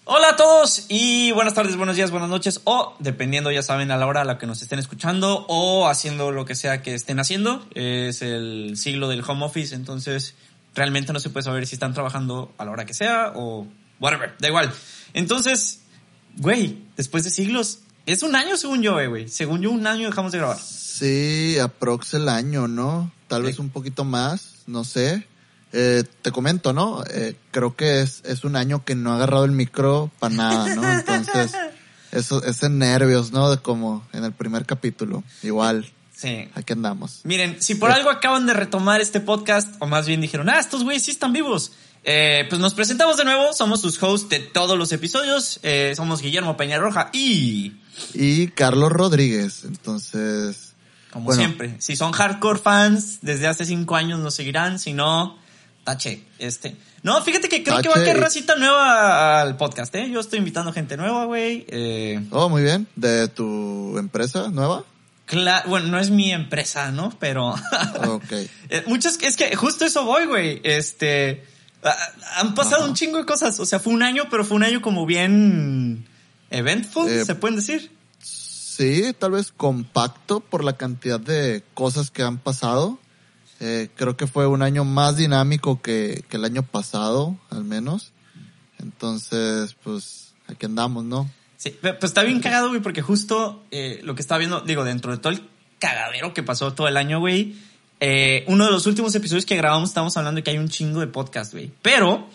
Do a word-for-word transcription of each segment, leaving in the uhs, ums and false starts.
Hola a todos y buenas tardes, buenos días, buenas noches o dependiendo, ya saben, a la hora a la que nos estén escuchando o haciendo lo que sea que estén haciendo. Es el siglo del home office, entonces realmente no se puede saber si están trabajando a la hora que sea o whatever, da igual. Entonces, güey, después de siglos, es un año según yo, eh, güey. Según yo, un año dejamos de grabar. Sí, aprox el año, ¿no? Tal sí. vez un poquito más, no sé. Eh, te comento, ¿no? Eh, creo que es, es un año que no he agarrado el micro para nada, ¿no? Entonces, eso, ese nervios, ¿no? De como en el primer capítulo. Igual. Sí. Aquí andamos. Miren, si por eh. algo acaban de retomar este podcast, o más bien dijeron, ah, estos güeyes sí están vivos. Eh, pues nos presentamos de nuevo, somos sus hosts de todos los episodios. Eh, somos Guillermo Peñarroja y... Y Carlos Rodríguez, entonces... Como bueno. siempre, si son hardcore fans, desde hace cinco años nos seguirán, si no... Tache, este. No, fíjate que creo Tache. que va a caer racita nueva al podcast, ¿eh? Yo estoy invitando gente nueva, güey. Eh... Oh, muy bien. ¿De tu empresa nueva? Claro, bueno, no es mi empresa, ¿no? Pero... Ok. Muchos, es que justo eso voy, güey. Este... Han pasado Ajá. un chingo de cosas. O sea, fue un año, pero fue un año como bien... eventful, eh, ¿se pueden decir? Sí, tal vez compacto por la cantidad de cosas que han pasado. Eh, creo que fue un año más dinámico que, que el año pasado, al menos. Entonces, pues, aquí andamos, ¿no? Sí, pues está bien cagado, güey, porque justo eh, lo que estaba viendo, digo, dentro de todo el cagadero que pasó todo el año, güey, eh, uno de los últimos episodios que grabamos estábamos hablando de que hay un chingo de podcast, güey. Pero,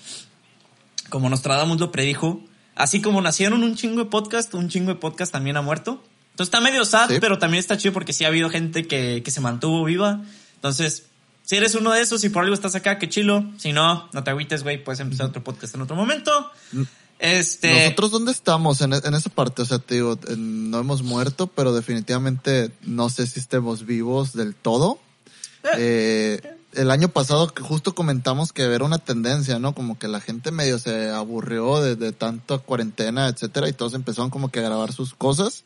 como Nostradamus lo predijo, así como nacieron un chingo de podcast, un chingo de podcast también ha muerto. Entonces está medio sad, sí. pero también está chido porque sí ha habido gente que, que se mantuvo viva. Entonces... si eres uno de esos y por algo estás acá, qué chilo. Si no, no te agüites, güey. Puedes empezar otro podcast en otro momento. Este... ¿Nosotros dónde estamos en, en esa parte? O sea, te digo, no hemos muerto, pero definitivamente no sé si estemos vivos del todo. Eh, el año pasado justo comentamos que era una tendencia, ¿no? Como que la gente medio se aburrió de, de tanta cuarentena, etcétera, y todos empezaron como que a grabar sus cosas.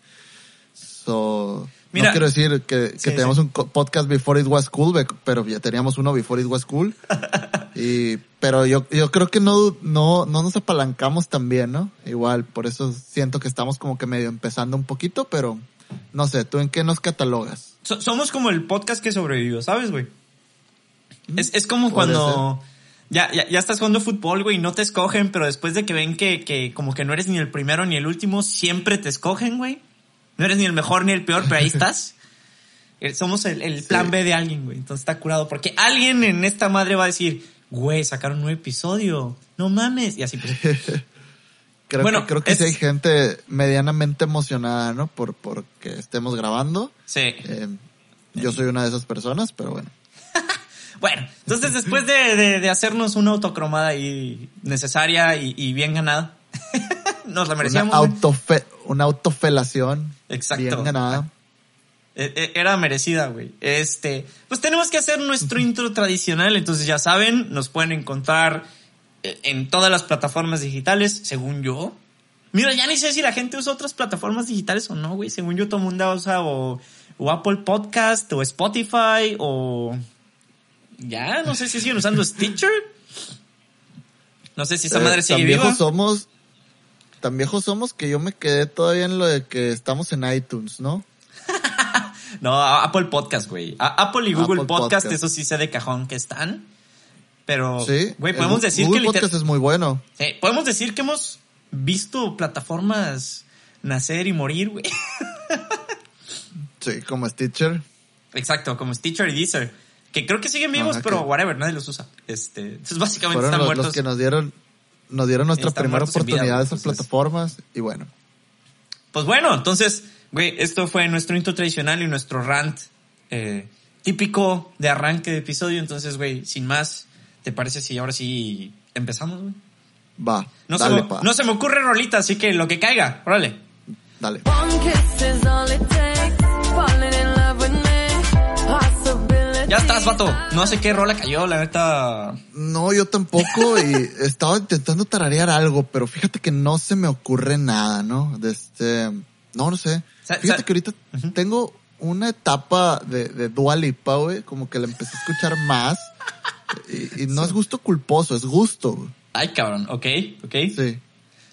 So... Mira, no quiero decir que, que sí, teníamos sí. un podcast before it was cool, pero ya teníamos uno before it was cool. y, pero yo, yo creo que no, no, no nos apalancamos tan bien, ¿no? Igual, por eso siento que estamos como que medio empezando un poquito, pero no sé, ¿tú en qué nos catalogas? So, somos como el podcast que sobrevivió, ¿sabes, güey? ¿Mm? Es, es como cuando ya, ya, ya estás jugando fútbol, güey, y no te escogen, pero después de que ven que, que como que no eres ni el primero ni el último, siempre te escogen, güey. No eres ni el mejor ni el peor, pero ahí estás. Somos el, el plan sí. B de alguien, güey. Entonces está curado. Porque alguien en esta madre va a decir, güey, sacaron un nuevo episodio. No mames. Y así pues. creo bueno, que, creo que es... sí hay gente medianamente emocionada, ¿no? Por, por que estemos grabando. Sí. Eh, yo soy una de esas personas, pero bueno. Bueno, entonces después de, de, de hacernos una autocromada ahí necesaria y, y bien ganada. Nos la merecíamos. Una, autofe, una autofelación. Exacto. Bien ganada. Era merecida, güey. Este, pues tenemos que hacer nuestro intro tradicional. Entonces ya saben, nos pueden encontrar en todas las plataformas digitales, según yo. Mira, ya ni sé si la gente usa otras plataformas digitales o no, güey. Según yo, todo el mundo usa o, o Apple Podcast o Spotify o... Ya, no sé si siguen usando Stitcher. No sé si esa madre eh, sigue viva. Tan viejos somos... Tan viejos somos que yo me quedé todavía en lo de que estamos en iTunes, ¿no? No, Apple Podcast, güey. Apple y Google Apple Podcast, Podcast, eso sí sé de cajón que están. Pero, sí, güey, podemos decir Google que... Google Podcast es muy bueno. Sí, podemos decir que hemos visto plataformas nacer y morir, güey. Sí, como Stitcher. Exacto, como Stitcher y Deezer. Que creo que siguen vivos, Ajá, pero que... whatever, nadie los usa. Este, entonces básicamente Fueron están los, muertos. los que nos dieron... Nos dieron nuestra primera oportunidad de esas plataformas y bueno. Pues bueno, entonces, güey, esto fue nuestro intro tradicional y nuestro rant eh, típico de arranque de episodio. Entonces, güey, sin más, ¿te parece si ahora sí empezamos, güey? Va, no dale, se me, pa. No se me ocurre rolita, así que lo que caiga, órale. Dale. Ya estás, vato. No sé qué rola cayó, la neta. No, yo tampoco. Y estaba intentando tararear algo, pero fíjate que no se me ocurre nada, ¿no? De este, no, no sé. Sa- fíjate sa- que ahorita uh-huh. tengo una etapa de, de Dua Lipa, güey. Como que la empecé a escuchar más. y, y no sí. es gusto culposo, es gusto, güey. Ay, cabrón. Ok, ok. Sí.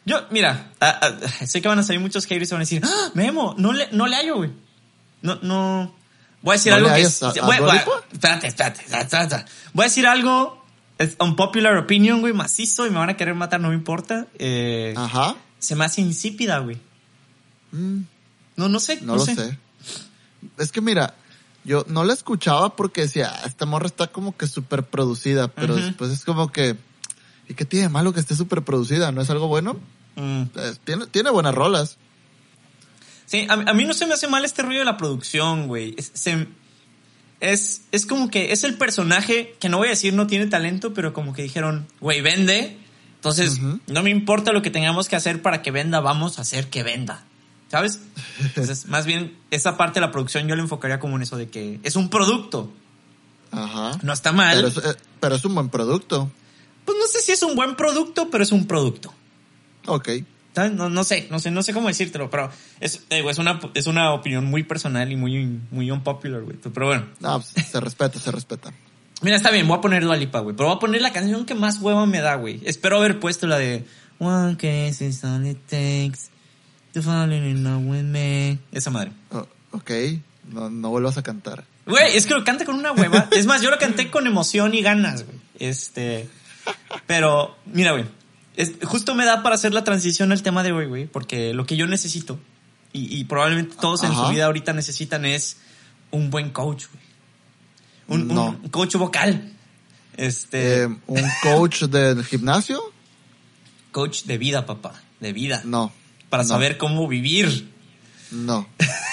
Yo, mira, a, a, sé que van a salir muchos haters y van a decir, ¡Ah, Memo, no le, no le hallo, güey. No, no. Voy a decir ¿No algo le que hayas es, a- a voy, Dua voy- Lipa? espérate, espérate, espérate, espérate. Voy a decir algo, es unpopular opinion, güey, macizo y me van a querer matar, no me importa. Eh, Ajá. se me hace insípida, güey. Mm, No, no sé, no, no, lo sé. sé. Es que mira, yo no la escuchaba porque decía, "Ah, esta morra está como que súper producida", pero Ujú. después es como que, ¿y qué tiene de malo que esté súper producida? ¿No es algo bueno? Mm. Eh, tiene, tiene buenas rolas. Sí, a, a mí no se me hace mal este rollo de la producción, güey. Es, se- es, es como que es el personaje que no voy a decir no tiene talento, pero como que dijeron, güey, vende. Entonces, Ujú. no me importa lo que tengamos que hacer para que venda, vamos a hacer que venda. ¿Sabes? Entonces, más bien, esa parte de la producción yo le enfocaría como en eso de que es un producto. Ajá. No está mal. Pero es, eh, pero es un buen producto. Pues no sé si es un buen producto, pero es un producto. Ok. ¿Sabes? No, no sé, no sé, no sé cómo decírtelo, pero es, eh, güey, es una, es una opinión muy personal y muy, muy unpopular, güey. Pero bueno. No, pues, se respeta, se respeta. Mira, está bien, voy a poner Dua Lipa, güey. Pero voy a poner la canción que más hueva me da, güey. Espero haber puesto la de One kiss is all it takes to fall in love with me. Esa madre. Oh, ok. No, no vuelvas a cantar. Güey, es que lo canta con una hueva. Es más, yo lo canté con emoción y ganas, güey. Este. Pero, mira, güey. Es, justo me da para hacer la transición al tema de hoy, güey. Porque lo que yo necesito, y, y probablemente todos en Ajá. su vida ahorita necesitan, es un buen coach, güey. Un, No. un coach vocal. Este. Eh, ¿Un coach del gimnasio? Coach de vida, papá. De vida. No. Para no, saber cómo vivir. No.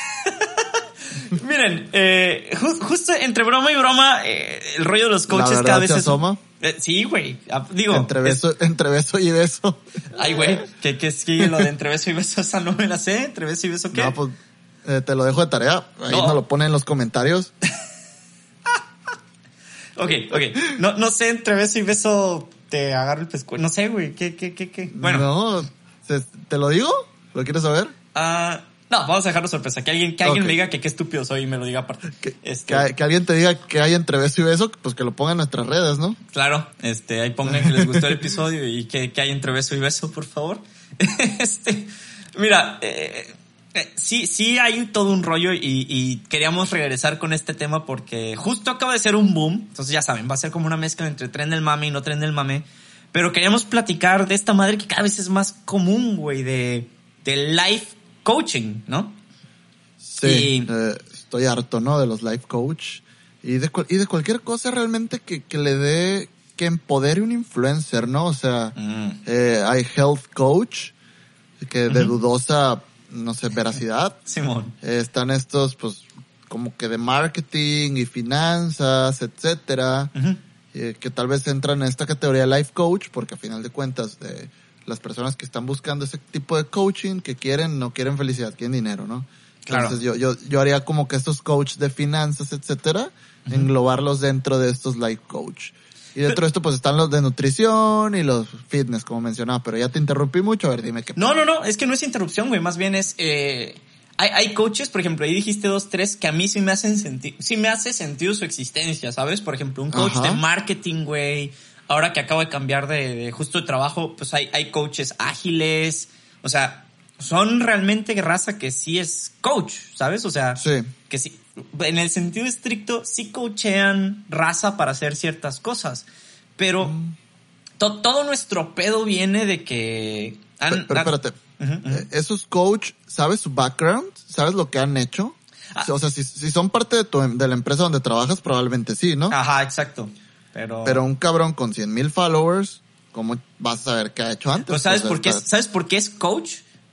Miren, eh, ju- justo entre broma y broma, eh, el rollo de los coaches ¿La verdad cada vez se es... asoma? Eh, sí, güey. Ah, digo... Entre beso, entre beso y beso. es- Ay, güey. ¿Qué, qué sigue lo de entre beso y beso? Esa no me la sé. ¿Entre beso y beso qué? No, pues eh, te lo dejo de tarea. Ahí No. nos lo ponen en los comentarios. Ok, ok. No, no sé, entre beso y beso te agarro el pescuezo. No sé, güey. ¿Qué, qué, qué, qué? Bueno. No, ¿se- ¿te lo digo? ¿Lo quieres saber? ah, no, vamos a dejarlo sorpresa. Que alguien, que alguien Ok. me diga que qué estúpido soy y me lo diga aparte. Que, Este, que, que alguien te diga que hay entre beso y beso, pues que lo ponga en nuestras redes, ¿no? Claro, este, ahí pongan que les gustó el episodio y que, que hay entre beso y beso, por favor. Este, mira, eh, eh, sí, sí hay todo un rollo y, y queríamos regresar con este tema porque justo acaba de ser un boom. Entonces ya saben, va a ser como una mezcla entre tren del mame y no tren del mame. Pero queríamos platicar de esta madre que cada vez es más común, güey, de, de life coaching, ¿no? Sí, Y- eh, estoy harto, ¿no? De los life coach y de, cual- y de cualquier cosa realmente que, que le dé, que empodere un influencer, ¿no? O sea, Mm. eh, hay health coach que de Ujú. dudosa, no sé, veracidad. Simón. Eh, están estos, pues, como que de marketing y finanzas, etcétera, Ujú. eh, que tal vez entran en esta categoría de life coach, porque a final de cuentas, de las personas que están buscando ese tipo de coaching, que quieren, no quieren felicidad, quieren dinero, ¿no? Claro. Entonces yo, yo, yo haría como que estos coach de finanzas, etcétera, Ujú. englobarlos dentro de estos life coach. Y dentro de esto pues están los de nutrición y los fitness, como mencionaba, pero ya te interrumpí mucho, a ver, dime qué. No, no, no, es que no es interrupción, güey, más bien es... Eh, hay, hay coaches, por ejemplo, ahí dijiste dos, tres, que a mí sí me hacen sentido, sí me hace sentido su existencia, ¿sabes? Por ejemplo, un coach Ajá. de marketing, güey, ahora que acabo de cambiar de, de justo de trabajo, pues hay, hay coaches ágiles, o sea, son realmente raza que sí es coach, ¿sabes? O sea, Sí. que sí, en el sentido estricto, sí coachean raza para hacer ciertas cosas, pero Mm. to- todo nuestro pedo viene de que... han- Pero, pero han- espérate, Ujú, ujú. eh, esos coach, ¿sabes su background? ¿Sabes lo que han hecho? Ah. O sea, si, si son parte de, tu, de la empresa donde trabajas, probablemente sí, ¿no? Ajá, exacto. Pero, Pero un cabrón con cien mil followers, ¿cómo vas a saber qué ha hecho antes? Pero ¿sabes O sea, por qué? está- es- ¿Sabes por qué es coach?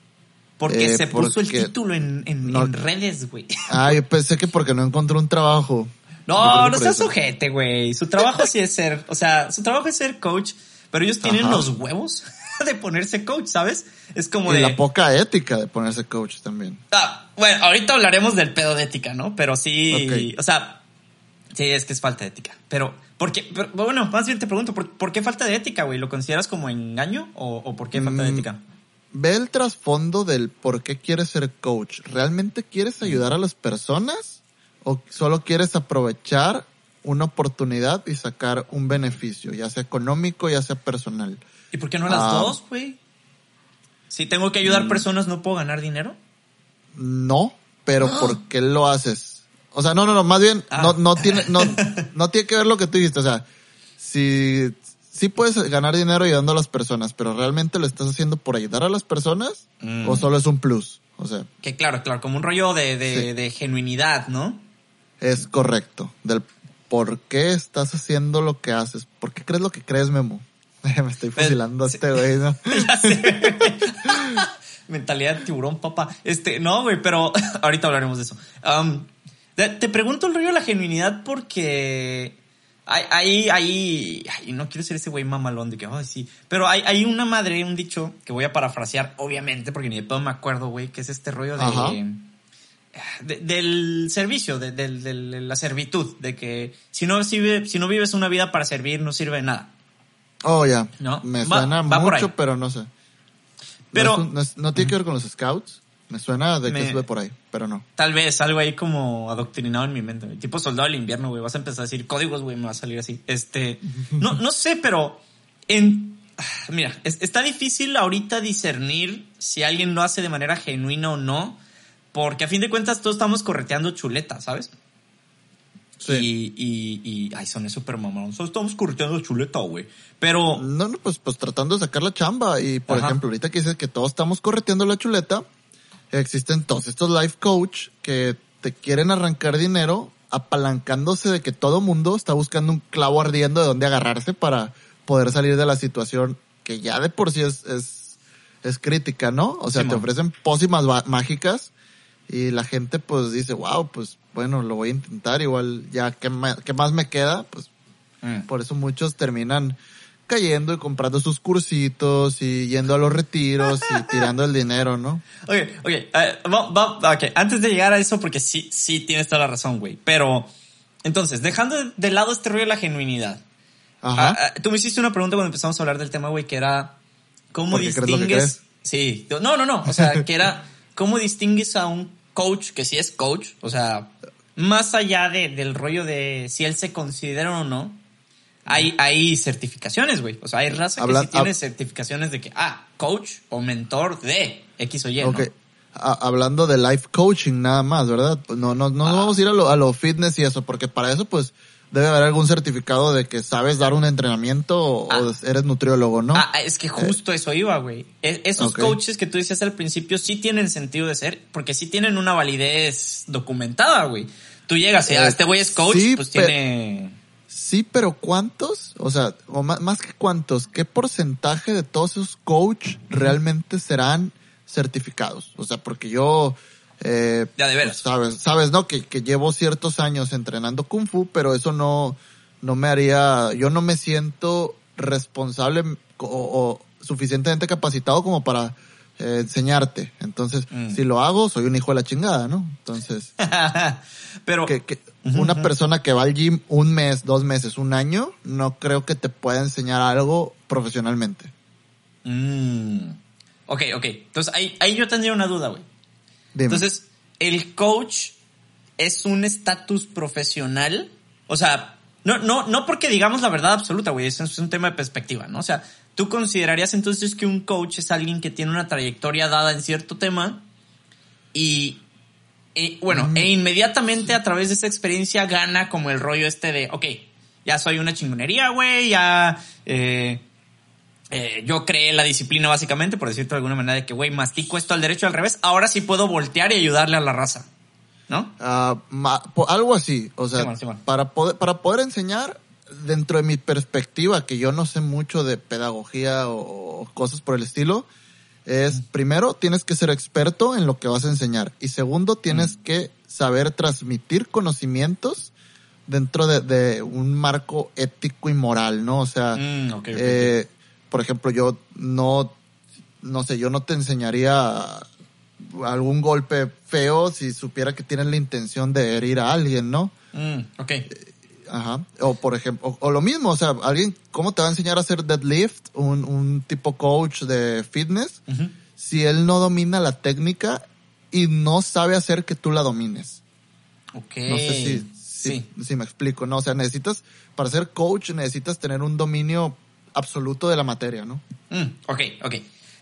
Porque Eh, se puso el porque título en, en, no- en redes, güey. Ah, yo pensé que porque no encontró un trabajo. Yo creo No, que no por seas eso. ojete, güey. Su trabajo sí es ser, o sea, su trabajo es ser coach, pero ellos tienen Ajá. los huevos de ponerse coach, ¿sabes? Es como Y de... la poca ética de ponerse coach también. Ah, bueno, ahorita hablaremos del pedo de ética, ¿no? Pero sí, Ok. o sea, sí, es que es falta de ética. Pero, ¿por qué? Pero, bueno, más bien te pregunto, ¿por, por qué falta de ética, güey? ¿Lo consideras como engaño o, o por qué falta de Mm, ética? Ve el trasfondo del por qué quieres ser coach. ¿Realmente quieres ayudar a las personas? ¿O solo quieres aprovechar una oportunidad y sacar un beneficio, ya sea económico, ya sea personal? ¿Y por qué no las Ah. dos, güey? Si tengo que ayudar personas, ¿no puedo ganar dinero? No, pero ¿por qué lo haces? O sea, no, no, no, más bien, ah. no, no tiene, no, no tiene que ver lo que tú dijiste. O sea, si, sí puedes ganar dinero ayudando a las personas, pero ¿realmente lo estás haciendo por ayudar a las personas? Mm. ¿O solo es un plus? O sea. Que claro, claro, como un rollo de, de, sí. de genuinidad, ¿no? Es correcto. Del por qué estás haciendo lo que haces. ¿Por qué crees lo que crees, Memo? Me estoy fusilando a este güey, ¿no? Ya sé. Mentalidad de tiburón, papá. Este, no, güey, pero ahorita hablaremos de eso. Um, te, te pregunto el rollo de la genuinidad porque hay, hay, hay, ay, no quiero ser ese güey mamalón de que, ay, sí, pero hay, hay una madre, un dicho que voy a parafrasear, obviamente, porque ni de todo me acuerdo, güey, que es este rollo de, de del servicio, de, de, de, de la servitud, de que si no, si, si no vives una vida para servir, no sirve de nada. Oh, ya. Yeah. ¿No? Me suena va, va mucho, pero no sé. Pero, no, es un, no, es, no tiene que ver con los scouts. Me suena de que me, sube por ahí, pero no. Tal vez algo ahí como adoctrinado en mi mente, güey. Tipo soldado del invierno, güey. Vas a empezar a decir códigos, güey, me va a salir así. Este, no, no sé, pero en, mira, es, está difícil ahorita discernir si alguien lo hace de manera genuina o no, porque a fin de cuentas todos estamos correteando chuleta, ¿sabes? Sí. Y, y, y, ay, soné súper mamón. Solo estamos correteando chuleta, güey. Pero. No, no, pues, pues tratando de sacar la chamba. Y, por Ajá. ejemplo, ahorita que dices que todos estamos correteando la chuleta, existen todos estos life coach que te quieren arrancar dinero apalancándose de que todo mundo está buscando un clavo ardiendo de donde agarrarse para poder salir de la situación que ya de por sí es, es, es crítica, ¿no? O sea, sí, te man. ofrecen pócimas mágicas y la gente pues dice, wow, pues bueno, lo voy a intentar, igual ya, ¿qué más, qué más me queda? Pues mm. por eso muchos terminan cayendo y comprando sus cursitos y yendo a los retiros y tirando el dinero, ¿no? Ok, ok, uh, va, va, okay. Antes de llegar a eso, porque sí, sí tienes toda la razón, güey, pero entonces, dejando de, de lado este rollo de la genuinidad, Ajá. Uh, uh, tú me hiciste una pregunta cuando empezamos a hablar del tema, güey, que era, ¿cómo distingues? Sí, no, no, no, o sea, que era, ¿cómo distingues a un coach que sí es coach? O sea, más allá de, del rollo de si él se considera o no, hay, hay certificaciones, güey. O sea, hay raza Habla, que sí tiene hab- certificaciones de que, ah, coach o mentor de X o Y, okay. ¿no? A- hablando de life coaching nada más, ¿verdad? No, no, no ah. vamos a ir a lo, a lo fitness y eso, porque para eso, pues, debe haber algún certificado de que sabes dar un entrenamiento o, ah. o eres nutriólogo, ¿no? Ah, es que justo eh. eso iba, güey. Es, esos okay. coaches que tú decías al principio sí tienen sentido de ser, porque sí tienen una validez documentada, güey. Tú llegas y, ah, este güey es coach, sí, pues pe- tiene... Sí, pero ¿cuántos? O sea, o más, más que cuántos, ¿qué porcentaje de todos esos coach realmente serán certificados? O sea, porque yo... Eh, ya, de veras. Pues, sabes, sabes, ¿no? Que, que llevo ciertos años entrenando Kung Fu, pero eso no, no me haría, yo no me siento responsable o, o suficientemente capacitado como para eh, enseñarte. Entonces, mm. si lo hago, soy un hijo de la chingada, ¿no? Entonces, pero que, que una persona que va al gym un mes, dos meses, un año, no creo que te pueda enseñar algo profesionalmente. Mm. Ok, ok. Entonces, ahí, ahí yo tendría una duda, güey. Dime. Entonces, ¿el coach es un estatus profesional? O sea, no, no, no porque digamos la verdad absoluta, güey, eso es un tema de perspectiva, ¿no? O sea, ¿tú considerarías entonces que un coach es alguien que tiene una trayectoria dada en cierto tema y, y bueno, mm. e inmediatamente a través de esa experiencia gana como el rollo este de, ok, ya soy una chingonería, güey, ya... Eh, Eh, yo creé la disciplina básicamente, por decirlo de alguna manera, de que, güey, mastico esto al derecho y al revés, ahora sí puedo voltear y ayudarle a la raza, ¿no? Uh, ma, po, algo así, o sea, sí, bueno, sí, bueno. Para, poder, para poder enseñar, dentro de mi perspectiva, que yo no sé mucho de pedagogía o, o cosas por el estilo, es, mm. primero, tienes que ser experto en lo que vas a enseñar, y segundo, tienes mm. que saber transmitir conocimientos dentro de, de un marco ético y moral, ¿no? O sea, mm, okay, okay, eh, okay. Por ejemplo, yo no, no sé, yo no te enseñaría algún golpe feo si supiera que tienes la intención de herir a alguien, ¿no? Mm, ok. Eh, ajá. O por ejemplo, o, o lo mismo, o sea, alguien, ¿cómo te va a enseñar a hacer deadlift? Un, un tipo coach de fitness, uh-huh. si él no domina la técnica y no sabe hacer que tú la domines. Ok. No sé si, si, sí. si me explico, ¿no? O sea, necesitas, para ser coach necesitas tener un dominio absoluto de la materia, ¿no? Mm, ok, ok.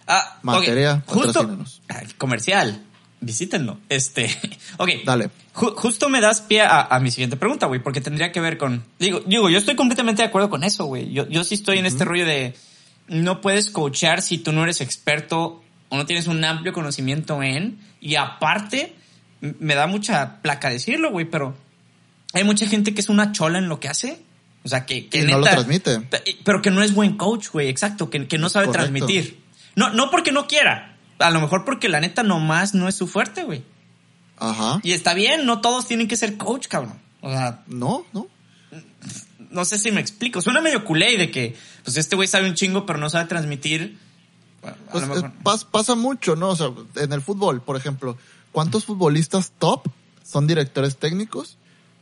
Ah, Materia, okay. Justo, patrocínanos. Comercial, visítenlo. Este, ok. Dale. Ju- justo me das pie a, a mi siguiente pregunta, güey, porque tendría que ver con... Digo, digo, yo estoy completamente de acuerdo con eso, güey. Yo, yo sí estoy uh-huh. en este rollo de... No puedes coachar si tú no eres experto o no tienes un amplio conocimiento en... Y aparte, me da mucha placa decirlo, güey, pero... Hay mucha gente que es una chola en lo que hace. O sea, que, que y neta... no lo transmite. Pero que no es buen coach, güey, exacto. Que, que no sabe Correcto. transmitir. No, no porque no quiera. A lo mejor porque la neta nomás no es su fuerte, güey. Ajá. Y está bien, no todos tienen que ser coach, cabrón. O sea... No, no. No sé si me explico. Suena medio culé de que, pues este güey sabe un chingo, pero no sabe transmitir. Bueno, a pues, lo mejor... eh, pas, pasa mucho, ¿no? O sea, en el fútbol, por ejemplo, ¿cuántos futbolistas top son directores técnicos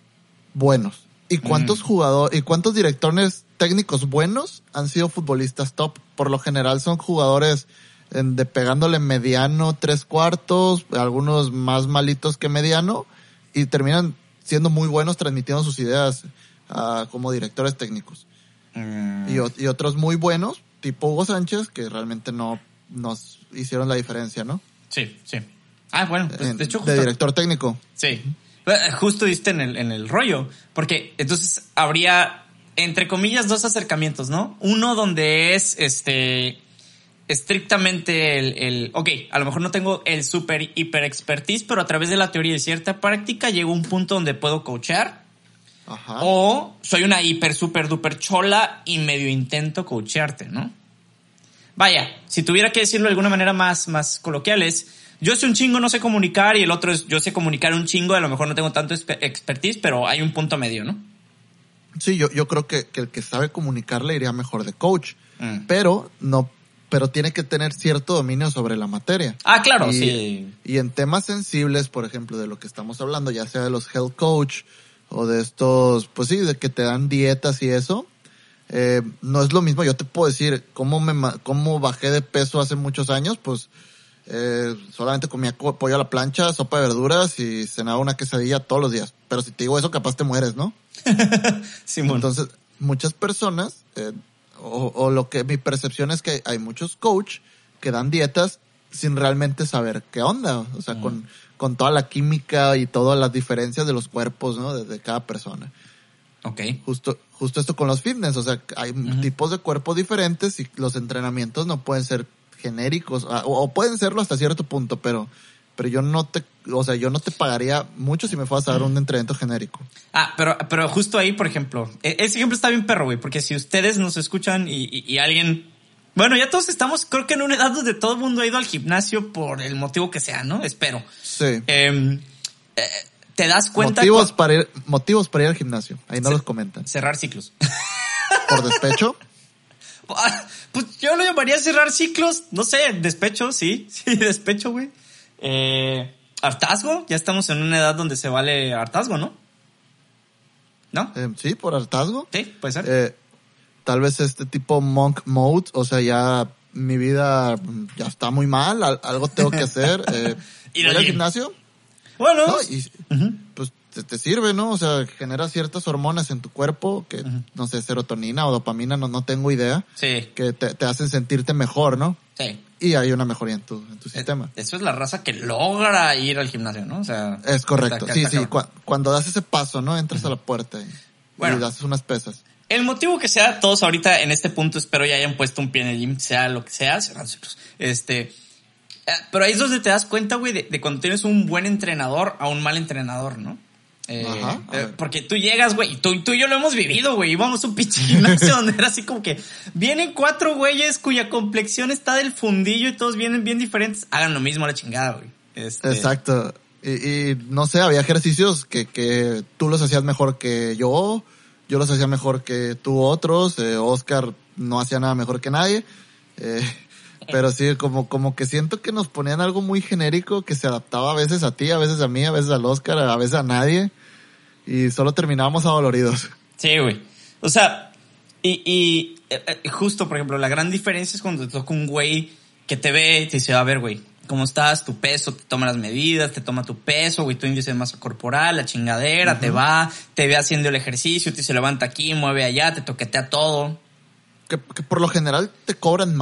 buenos? ¿Y cuántos mm. jugadores, y cuántos directores técnicos buenos han sido futbolistas top? Por lo general son jugadores en, de pegándole mediano, tres cuartos, algunos más malitos que mediano, y terminan siendo muy buenos transmitiendo sus ideas uh, como directores técnicos. Mm. Y, y otros muy buenos, tipo Hugo Sánchez, que realmente no nos hicieron la diferencia, ¿no? Sí, sí. Ah, bueno, pues, en, de hecho... Justo, de director técnico. Sí. Justo diste en el, en el rollo, porque entonces habría, entre comillas, dos acercamientos, ¿no? Uno donde es, este, estrictamente el, el, ok, a lo mejor no tengo el super hiper expertise, pero a través de la teoría y cierta práctica llego a un punto donde puedo coachear. Ajá. O soy una hiper super duper chola y medio intento coachearte, ¿no? Vaya, si tuviera que decirlo de alguna manera más, más coloquial es... Yo sé un chingo, no sé comunicar, y el otro es yo sé comunicar un chingo, a lo mejor no tengo tanto expertise, pero hay un punto medio, ¿no? Sí, yo, yo creo que, que el que sabe comunicar le iría mejor de coach, mm. pero no, pero tiene que tener cierto dominio sobre la materia. Ah, claro, y, sí. Y en temas sensibles, por ejemplo, de lo que estamos hablando, ya sea de los health coach o de estos, pues sí, de que te dan dietas y eso, eh, no es lo mismo. Yo te puedo decir cómo me, cómo bajé de peso hace muchos años, pues, Eh, solamente comía pollo a la plancha, sopa de verduras y cenaba una quesadilla todos los días. Pero si te digo eso, capaz te mueres, ¿no? Simón. Entonces, muchas personas, eh, o, o lo que mi percepción es que hay muchos coach que dan dietas sin realmente saber qué onda. O sea, mm. con, con toda la química y todas las diferencias de los cuerpos, ¿no? De, de cada persona. Okay. Justo, justo esto con los fitness. O sea, hay uh-huh. tipos de cuerpos diferentes y los entrenamientos no pueden ser genéricos, o, o pueden serlo hasta cierto punto, pero, pero yo no te, o sea, yo no te pagaría mucho si me fueras a dar un entrenamiento genérico. Ah, pero, pero justo ahí, por ejemplo, ese ejemplo está bien perro, güey, porque si ustedes nos escuchan y, y, y alguien, bueno, ya todos estamos, creo que en una edad donde todo el mundo ha ido al gimnasio por el motivo que sea, ¿no? Espero. Sí. Eh, eh, te das cuenta. Motivos con... para ir, motivos para ir al gimnasio. Ahí no C- los comentan. Cerrar ciclos. ¿Por despecho? Pues yo lo llamaría cerrar ciclos, no sé, despecho, sí, sí, despecho, güey. Eh, hartazgo, ya estamos en una edad donde se vale hartazgo, ¿no? ¿No? Eh, sí, por hartazgo. Sí, puede ser. Eh, tal vez este tipo monk mode, o sea, ya mi vida ya está muy mal, algo tengo que hacer. Eh, ¿Ir al gimnasio? Bueno. No, y, uh-huh. pues te, te sirve, ¿no? O sea, genera ciertas hormonas en tu cuerpo que, uh-huh. no sé, serotonina o dopamina, no, no tengo idea. Sí. Que te, te hacen sentirte mejor, ¿no? Sí. Y hay una mejoría en tu, en tu sistema. Eso es la raza que logra ir al gimnasio, ¿no? O sea. Es correcto. Está, sí, está, sí. Cu- cuando das ese paso, ¿no? Entras uh-huh. a la puerta y, bueno, y das unas pesas. El motivo que sea, todos ahorita en este punto espero ya hayan puesto un pie en el gym, sea lo que sea, este, pero ahí es donde te das cuenta, güey, de, de cuando tienes un buen entrenador a un mal entrenador, ¿no? Eh, Ajá, eh, porque tú llegas, güey, y tú, tú y yo lo hemos vivido, güey, íbamos a un pinche gimnasio donde era así como que vienen cuatro güeyes cuya complexión está del fundillo y todos vienen bien diferentes, hagan lo mismo a la chingada, güey. Este... Exacto. Y, y no sé, había ejercicios que, que tú los hacías mejor que yo, yo los hacía mejor que tú otros, eh, Oscar no hacía nada mejor que nadie, eh, pero sí, como, como que siento que nos ponían algo muy genérico que se adaptaba a veces a ti, a veces a mí, a veces al Oscar, a veces a nadie, y solo terminábamos adoloridos. Sí, güey. O sea, y, y eh, justo, por ejemplo, la gran diferencia es cuando te toca un güey que te ve y te dice, a ver, güey, ¿cómo estás? Tu peso, te toma las medidas, te toma tu peso, güey, tu índice de masa corporal, la chingadera, uh-huh. te va, te ve haciendo el ejercicio, te se levanta aquí, mueve allá, te toquetea todo. Que, que por lo general te cobran más.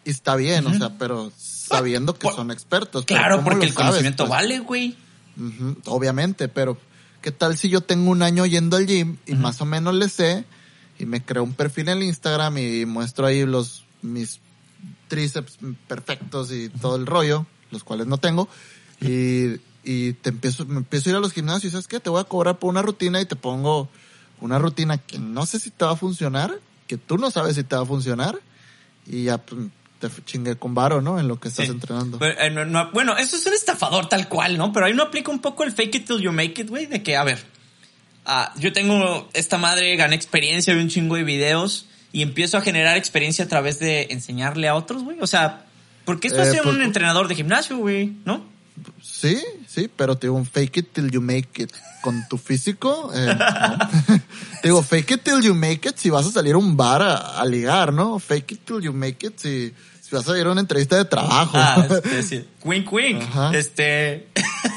y está bien, uh-huh. o sea, pero sabiendo que por, son expertos. Claro, porque el sabes? conocimiento pues, vale, güey. Uh-huh, obviamente, pero ¿qué tal si yo tengo un año yendo al gym y uh-huh. más o menos le sé y me creo un perfil en el Instagram y muestro ahí los mis tríceps perfectos y uh-huh. todo el rollo, los cuales no tengo, uh-huh. y, y te empiezo, me empiezo a ir a los gimnasios y ¿sabes qué? Te voy a cobrar por una rutina y te pongo una rutina que no sé si te va a funcionar, que tú no sabes si te va a funcionar y ya pues, te chingué con varo, ¿no? En lo que estás sí. entrenando. Pero, eh, no, no, bueno, eso es un estafador tal cual, ¿no? Pero ahí no aplica un poco el fake it till you make it, güey, de que, a ver, uh, yo tengo esta madre, gané experiencia de un chingo de videos y empiezo a generar experiencia a través de enseñarle a otros, güey. O sea, ¿por qué estás eh, siendo pues, un entrenador de gimnasio, güey? ¿No? Sí, sí, pero te digo un fake it till you make it con tu físico. Eh, no. Te digo, fake it till you make it si vas a salir a un bar a, a ligar, ¿no? Fake it till you make it si, si vas a ir a una entrevista de trabajo. Ah, este, sí. Wink, wink. Ajá. Este.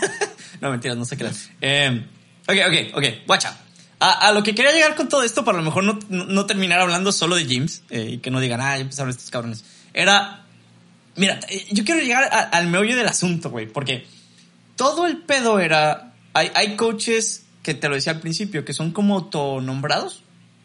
No, mentiras, no sé qué era. Eh, ok, ok, ok, guacha. A, a lo que quería llegar con todo esto, para lo mejor no, no, no terminar hablando solo de gyms eh, y que no digan, ah, ya empezaron estos cabrones. Era. Mira, yo quiero llegar a, al meollo del asunto, güey, porque todo el pedo era... Hay, hay coaches que te lo decía al principio, que son como autonombrados,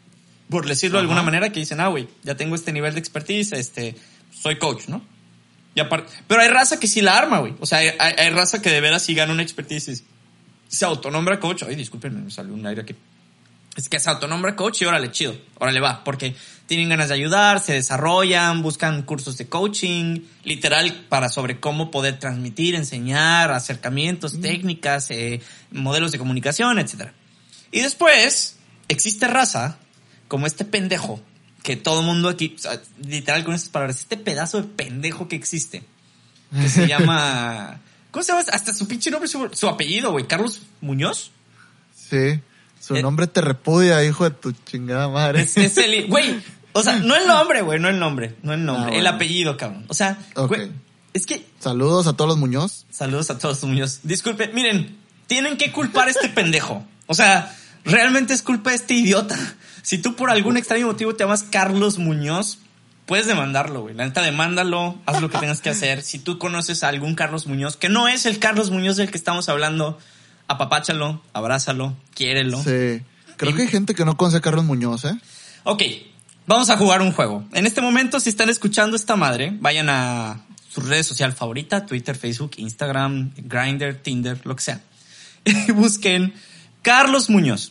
por decirlo Ajá. de alguna manera, que dicen, ah, güey, ya tengo este nivel de expertise, este, soy coach, ¿no? Y aparte, pero hay raza que sí la arma, güey. O sea, hay, hay, hay raza que de veras sí gana una expertise y se autonombra coach. Ay, discúlpenme, me salió un aire aquí. Es que se autonombra coach y órale, chido, órale va, porque tienen ganas de ayudar, se desarrollan, buscan cursos de coaching, literal, para sobre cómo poder transmitir, enseñar, acercamientos, mm. técnicas, eh, modelos de comunicación, etcétera. Y después, existe raza, como este pendejo, que todo mundo aquí, o sea, literal con estas palabras, este pedazo de pendejo que existe, que se llama, ¿cómo se llama? Hasta su pinche nombre, su, su apellido, güey, Carlos Muñoz. Sí. Su nombre te repudia, hijo de tu chingada madre. Es, es el... Güey, o sea, no el nombre, güey, no el nombre, no el nombre, ah, bueno. el apellido, cabrón. O sea, okay. güey, es que... Saludos a todos los Muñoz. Saludos a todos los Muñoz. Disculpe, miren, tienen que culpar a este pendejo. O sea, realmente es culpa de este idiota. Si tú por algún extraño motivo te llamas Carlos Muñoz, puedes demandarlo, güey. La neta, demándalo, haz lo que tengas que hacer. Si tú conoces a algún Carlos Muñoz, que no es el Carlos Muñoz del que estamos hablando... Apapáchalo, abrázalo, quiérelo. Sí. Creo y... que hay gente que no conoce a Carlos Muñoz, ¿eh? Ok, vamos a jugar un juego. En este momento, si están escuchando esta madre, vayan a su red social favorita, Twitter, Facebook, Instagram, Grindr, Tinder, lo que sea. Y busquen Carlos Muñoz.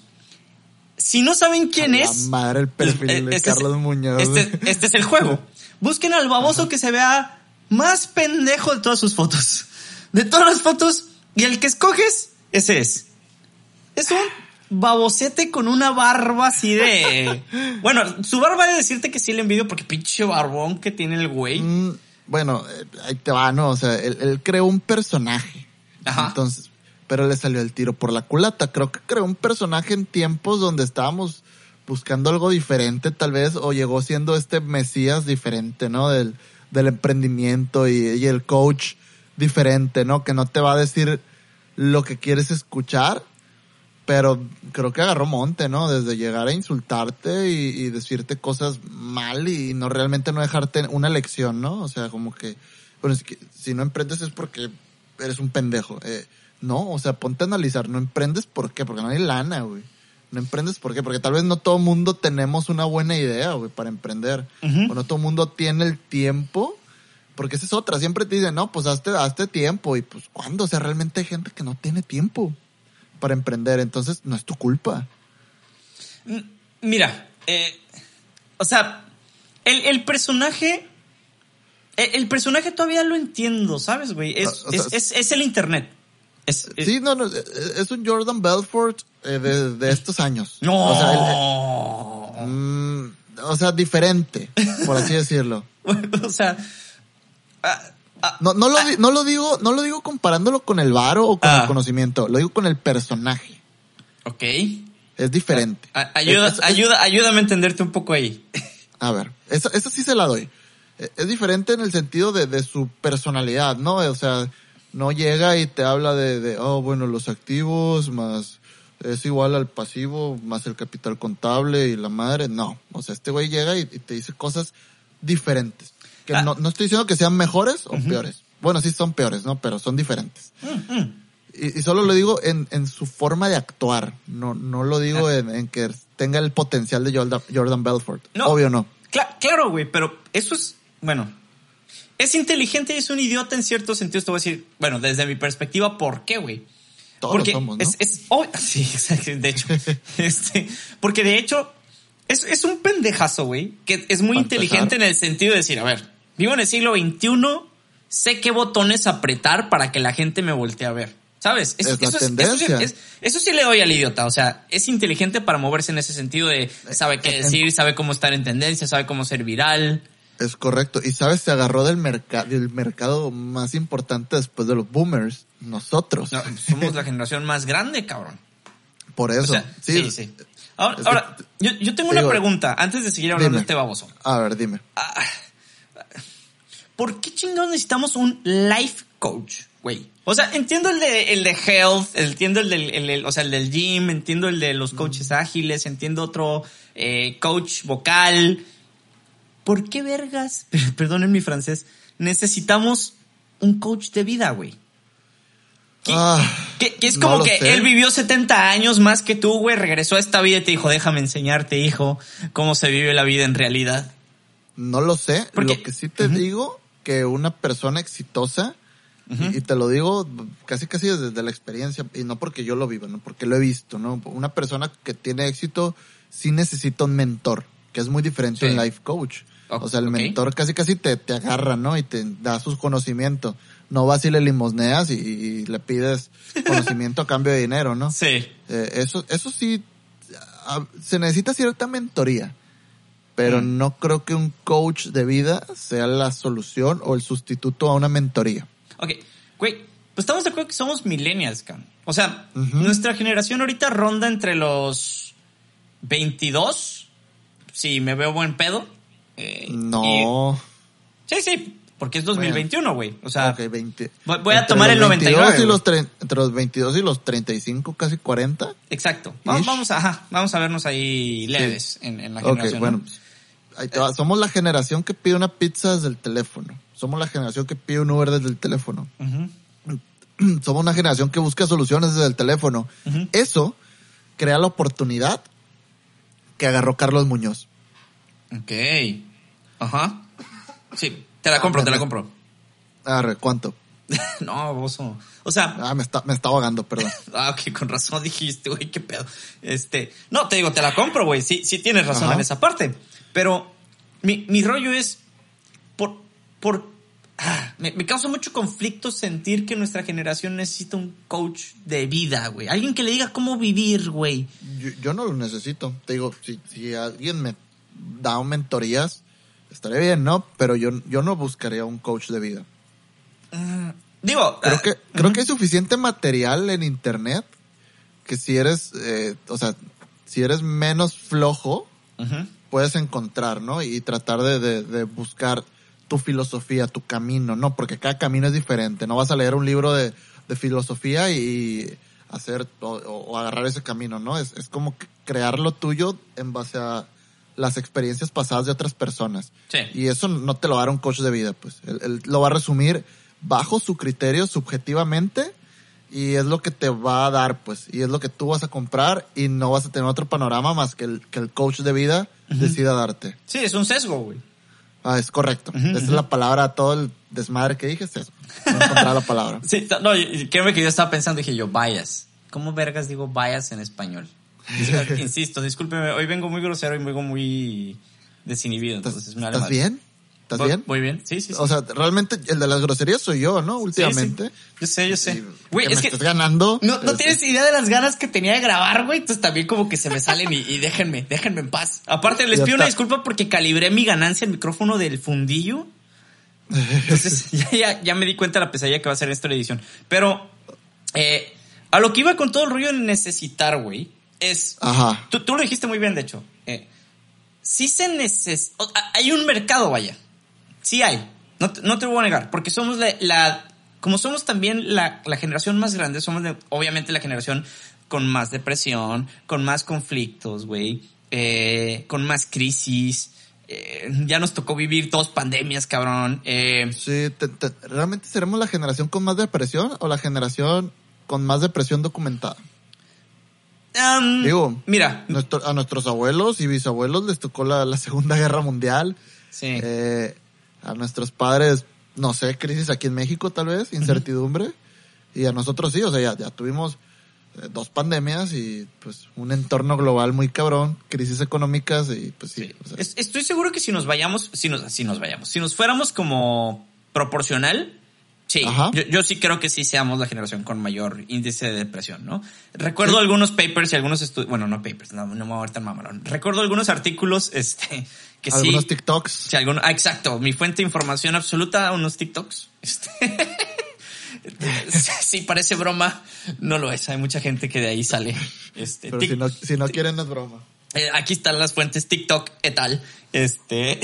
Si no saben quién a es... La madre, el perfil eh, de este Carlos es, Muñoz. Este, este es el juego. Busquen al baboso Ajá. que se vea más pendejo de todas sus fotos. De todas las fotos, y el que escoges... Ese es. Es un babosete con una barba así de... Bueno, su barba de decirte que sí le envidio porque pinche barbón que tiene el güey. Mm, bueno, ahí te va, ¿no? O sea, él, él creó un personaje. Ajá. Entonces, pero le salió el tiro por la culata. Creo que creó un personaje en tiempos donde estábamos buscando algo diferente, tal vez, o llegó siendo este mesías diferente, ¿no? Del, del emprendimiento y, y el coach diferente, ¿no? Que no te va a decir... lo que quieres escuchar, pero creo que agarró monte, ¿no? Desde llegar a insultarte y, y decirte cosas mal y no realmente no dejarte una lección, ¿no? O sea, como que, bueno, es que si no emprendes es porque eres un pendejo. Eh, no, o sea, ponte a analizar, no emprendes ¿por qué? Porque no hay lana, güey. No emprendes ¿por qué? Porque tal vez no todo mundo tenemos una buena idea, güey, para emprender. Uh-huh. O no todo mundo tiene el tiempo. Porque esa es otra, siempre te dicen, no, pues hazte, hazte tiempo. Y pues, ¿cuándo? O sea, realmente hay gente que no tiene tiempo para emprender. Entonces, no es tu culpa. Mira, eh, o sea, el, el personaje, el, el personaje todavía lo entiendo, ¿sabes, güey? Es, o sea, es, es, es el internet. Es, es, sí, no, no, es un Jordan Belfort eh, de, de estos años. No. O sea, el, el, mm, o sea, diferente, por así decirlo. O sea... Ah, ah, no, no, lo, ah, no lo digo, no lo digo comparándolo con el varo o con ah, el conocimiento, lo digo con el personaje. Ok. Es diferente. A, ayuda, es, es, ayuda, ayúdame a entenderte un poco ahí. A ver, esa, esa sí se la doy. Es diferente en el sentido de, de su personalidad, ¿no? O sea, no llega y te habla de, de, oh, bueno, los activos más es igual al pasivo más el capital contable y la madre. No, o sea, este güey llega y, y te dice cosas diferentes. Que ah. no, no estoy diciendo que sean mejores o uh-huh. peores. Bueno, sí son peores, ¿no? Pero son diferentes. Uh-huh. Y, y solo lo digo en, en su forma de actuar. No, no lo digo ah. en, en que tenga el potencial de Jordan, Jordan Belfort. No, obvio no. Cl- claro, güey, pero eso es, bueno, es inteligente y es un idiota en ciertos sentidos. Te voy a decir, bueno, desde mi perspectiva, ¿por qué, güey? Todos porque somos, ¿no? Es, es, oh, sí, de hecho. este, porque de hecho, es, es un pendejazo, güey, que es muy Para inteligente empezar. En el sentido de decir, a ver, vivo en el siglo veintiuno, sé qué botones apretar para que la gente me voltee a ver. ¿Sabes? Eso, es la eso, tendencia. Es, eso, sí, es, eso sí le doy al idiota. O sea, es inteligente para moverse en ese sentido de sabe qué decir, sabe cómo estar en tendencia, sabe cómo ser viral. Es correcto. Y sabes, se agarró del mercado, del mercado más importante después de los boomers, nosotros. No, somos la generación más grande, cabrón. Por eso. O sea, sí, sí. sí. Ahora, es ahora que, yo, yo tengo digo, una pregunta antes de seguir hablando dime. de este baboso. A ver, dime. Ah, ¿por qué chingados necesitamos un life coach, güey? O sea, entiendo el de, el de health, entiendo el del, el, el, o sea, el del gym, entiendo el de los coaches mm. ágiles, entiendo otro eh, coach vocal. ¿Por qué vergas, perdonen mi francés, necesitamos un coach de vida, güey? Que, ah, que, que es como no que sé. Él vivió setenta años más que tú, güey, regresó a esta vida y te dijo, déjame enseñarte, hijo, cómo se vive la vida en realidad. No lo sé. Porque, lo que sí te uh-huh. digo, que una persona exitosa, uh-huh. y, y te lo digo casi casi desde la experiencia, y no porque yo lo viva, no porque lo he visto, ¿no? Una persona que tiene éxito sí necesita un mentor, que es muy diferente sí. a un life coach. O sea, el okay. mentor casi casi te, te agarra, ¿no? Y te da sus conocimientos. No vas y le limosneas y, y le pides conocimiento a cambio de dinero, ¿no? Sí. Eh, eso, eso sí, a, se necesita cierta mentoría. Pero mm. no creo que un coach de vida sea la solución o el sustituto a una mentoría. Ok, güey, pues estamos de acuerdo que somos millennials, cabrón. O sea, uh-huh. nuestra generación ahorita ronda entre los veintidós, si me veo buen pedo. Eh, no. Y, sí, sí, porque es dos mil veintiuno, güey. O sea, okay, veinte, voy, voy a tomar el noventa y nueve. Y los tre- entre los veintidós y los treinta y cinco, casi cuarenta. Exacto. Vamos, vamos, a, ajá, vamos a vernos ahí leves sí. en, en la generación. Ok, bueno. ¿No? Ahí te va. Somos la generación que pide una pizza desde el teléfono. Somos la generación que pide un Uber desde el teléfono. Uh-huh. Somos una generación que busca soluciones desde el teléfono. Uh-huh. Eso crea la oportunidad que agarró Carlos Muñoz. Ok. Ajá. Sí, te la compro, ah, te la compro. Arre, ¿cuánto? No, bozo. O sea... Ah, me está, me está ahogando, perdón. Ah, ok, con razón dijiste, güey, qué pedo. Este... No, te digo, te la compro, güey. Sí, sí tienes razón Ajá. en esa parte. Pero mi, mi rollo es... Por... por ah, me, me causa mucho conflicto sentir que nuestra generación necesita un coach de vida, güey. Alguien que le diga cómo vivir, güey. Yo, yo no lo necesito. Te digo, si, si alguien me da mentorías, estaría bien, ¿no? Pero yo, yo no buscaría un coach de vida. Uh, digo... Creo uh, que, creo uh-huh. que hay suficiente material en internet que si eres, eh, o sea, si eres menos flojo, uh-huh. puedes encontrar, ¿no? Y tratar de, de, de buscar tu filosofía, tu camino, ¿no? Porque cada camino es diferente. No vas a leer un libro de, de filosofía y hacer o, o agarrar ese camino, ¿no? Es, es como crear lo tuyo en base a las experiencias pasadas de otras personas. Sí. Y eso no te lo va a dar un coach de vida, pues. Él, él lo va a resumir bajo su criterio subjetivamente y es lo que te va a dar, pues. Y es lo que tú vas a comprar y no vas a tener otro panorama más que el, que el coach de vida uh-huh. decida darte. Sí, es un sesgo, güey. Ah, es correcto. Uh-huh, Esa uh-huh. es la palabra, todo el desmadre que dije es eso. No encontrar la palabra. Sí, no, créeme que yo estaba pensando, dije yo, bias. ¿Cómo vergas digo bias en español? Insisto, discúlpeme, hoy vengo muy grosero y vengo muy desinhibido, entonces me vale ¿Estás madre. bien? ¿Estás ¿Voy, bien? Voy bien, sí, sí, sí. O sea, realmente el de las groserías soy yo, ¿no? Últimamente. Sí, sí. Yo sé, yo sé. Güey, es me que estás ganando. No, no tienes idea de las ganas que tenía de grabar, güey. Entonces también como que se me salen y, y déjenme, déjenme en paz. Aparte, les pido una disculpa porque calibré mi ganancia el micrófono del fundillo. Entonces, ya, ya, ya me di cuenta de la pesadilla que va a ser esta edición. Pero, eh, a lo que iba con todo el rollo de necesitar, güey, es... Ajá. Tú, tú lo dijiste muy bien, de hecho. Eh, sí se necesita... Hay un mercado, vaya. Sí hay. No, no te lo voy a negar. Porque somos la... la como somos también la, la generación más grande, somos de, obviamente la generación con más depresión, con más conflictos, güey. Eh, con más crisis. Eh, ya nos tocó vivir dos pandemias, cabrón. Eh, Sí, te, te, ¿realmente seremos la generación con más depresión o la generación con más depresión documentada? um, Digo, mira. Nuestro, a nuestros abuelos y bisabuelos les tocó la, la Segunda Guerra Mundial. Sí. Eh, a nuestros padres, no sé, crisis aquí en México tal vez, incertidumbre. Uh-huh. Y a nosotros sí, o sea, ya, ya tuvimos eh, dos pandemias y pues un entorno global muy cabrón, crisis económicas y pues sí. sí. O sea. Es, estoy seguro que si nos vayamos, si nos, si nos vayamos, si nos fuéramos como proporcional, sí, yo, yo sí creo que sí seamos la generación con mayor índice de depresión, ¿no? Recuerdo sí. algunos papers y algunos estudios, bueno, no papers, no, no me voy a ver tan mamalón. Recuerdo algunos artículos, este, que algunos sí. Algunos TikToks. Sí, algunos, ah, exacto, mi fuente de información absoluta, unos TikToks. Este, sí, parece broma, no lo es. Hay mucha gente que de ahí sale. Este, Pero tic, si no, si no quieren, no es broma. Eh, aquí están las fuentes TikTok et al. Este,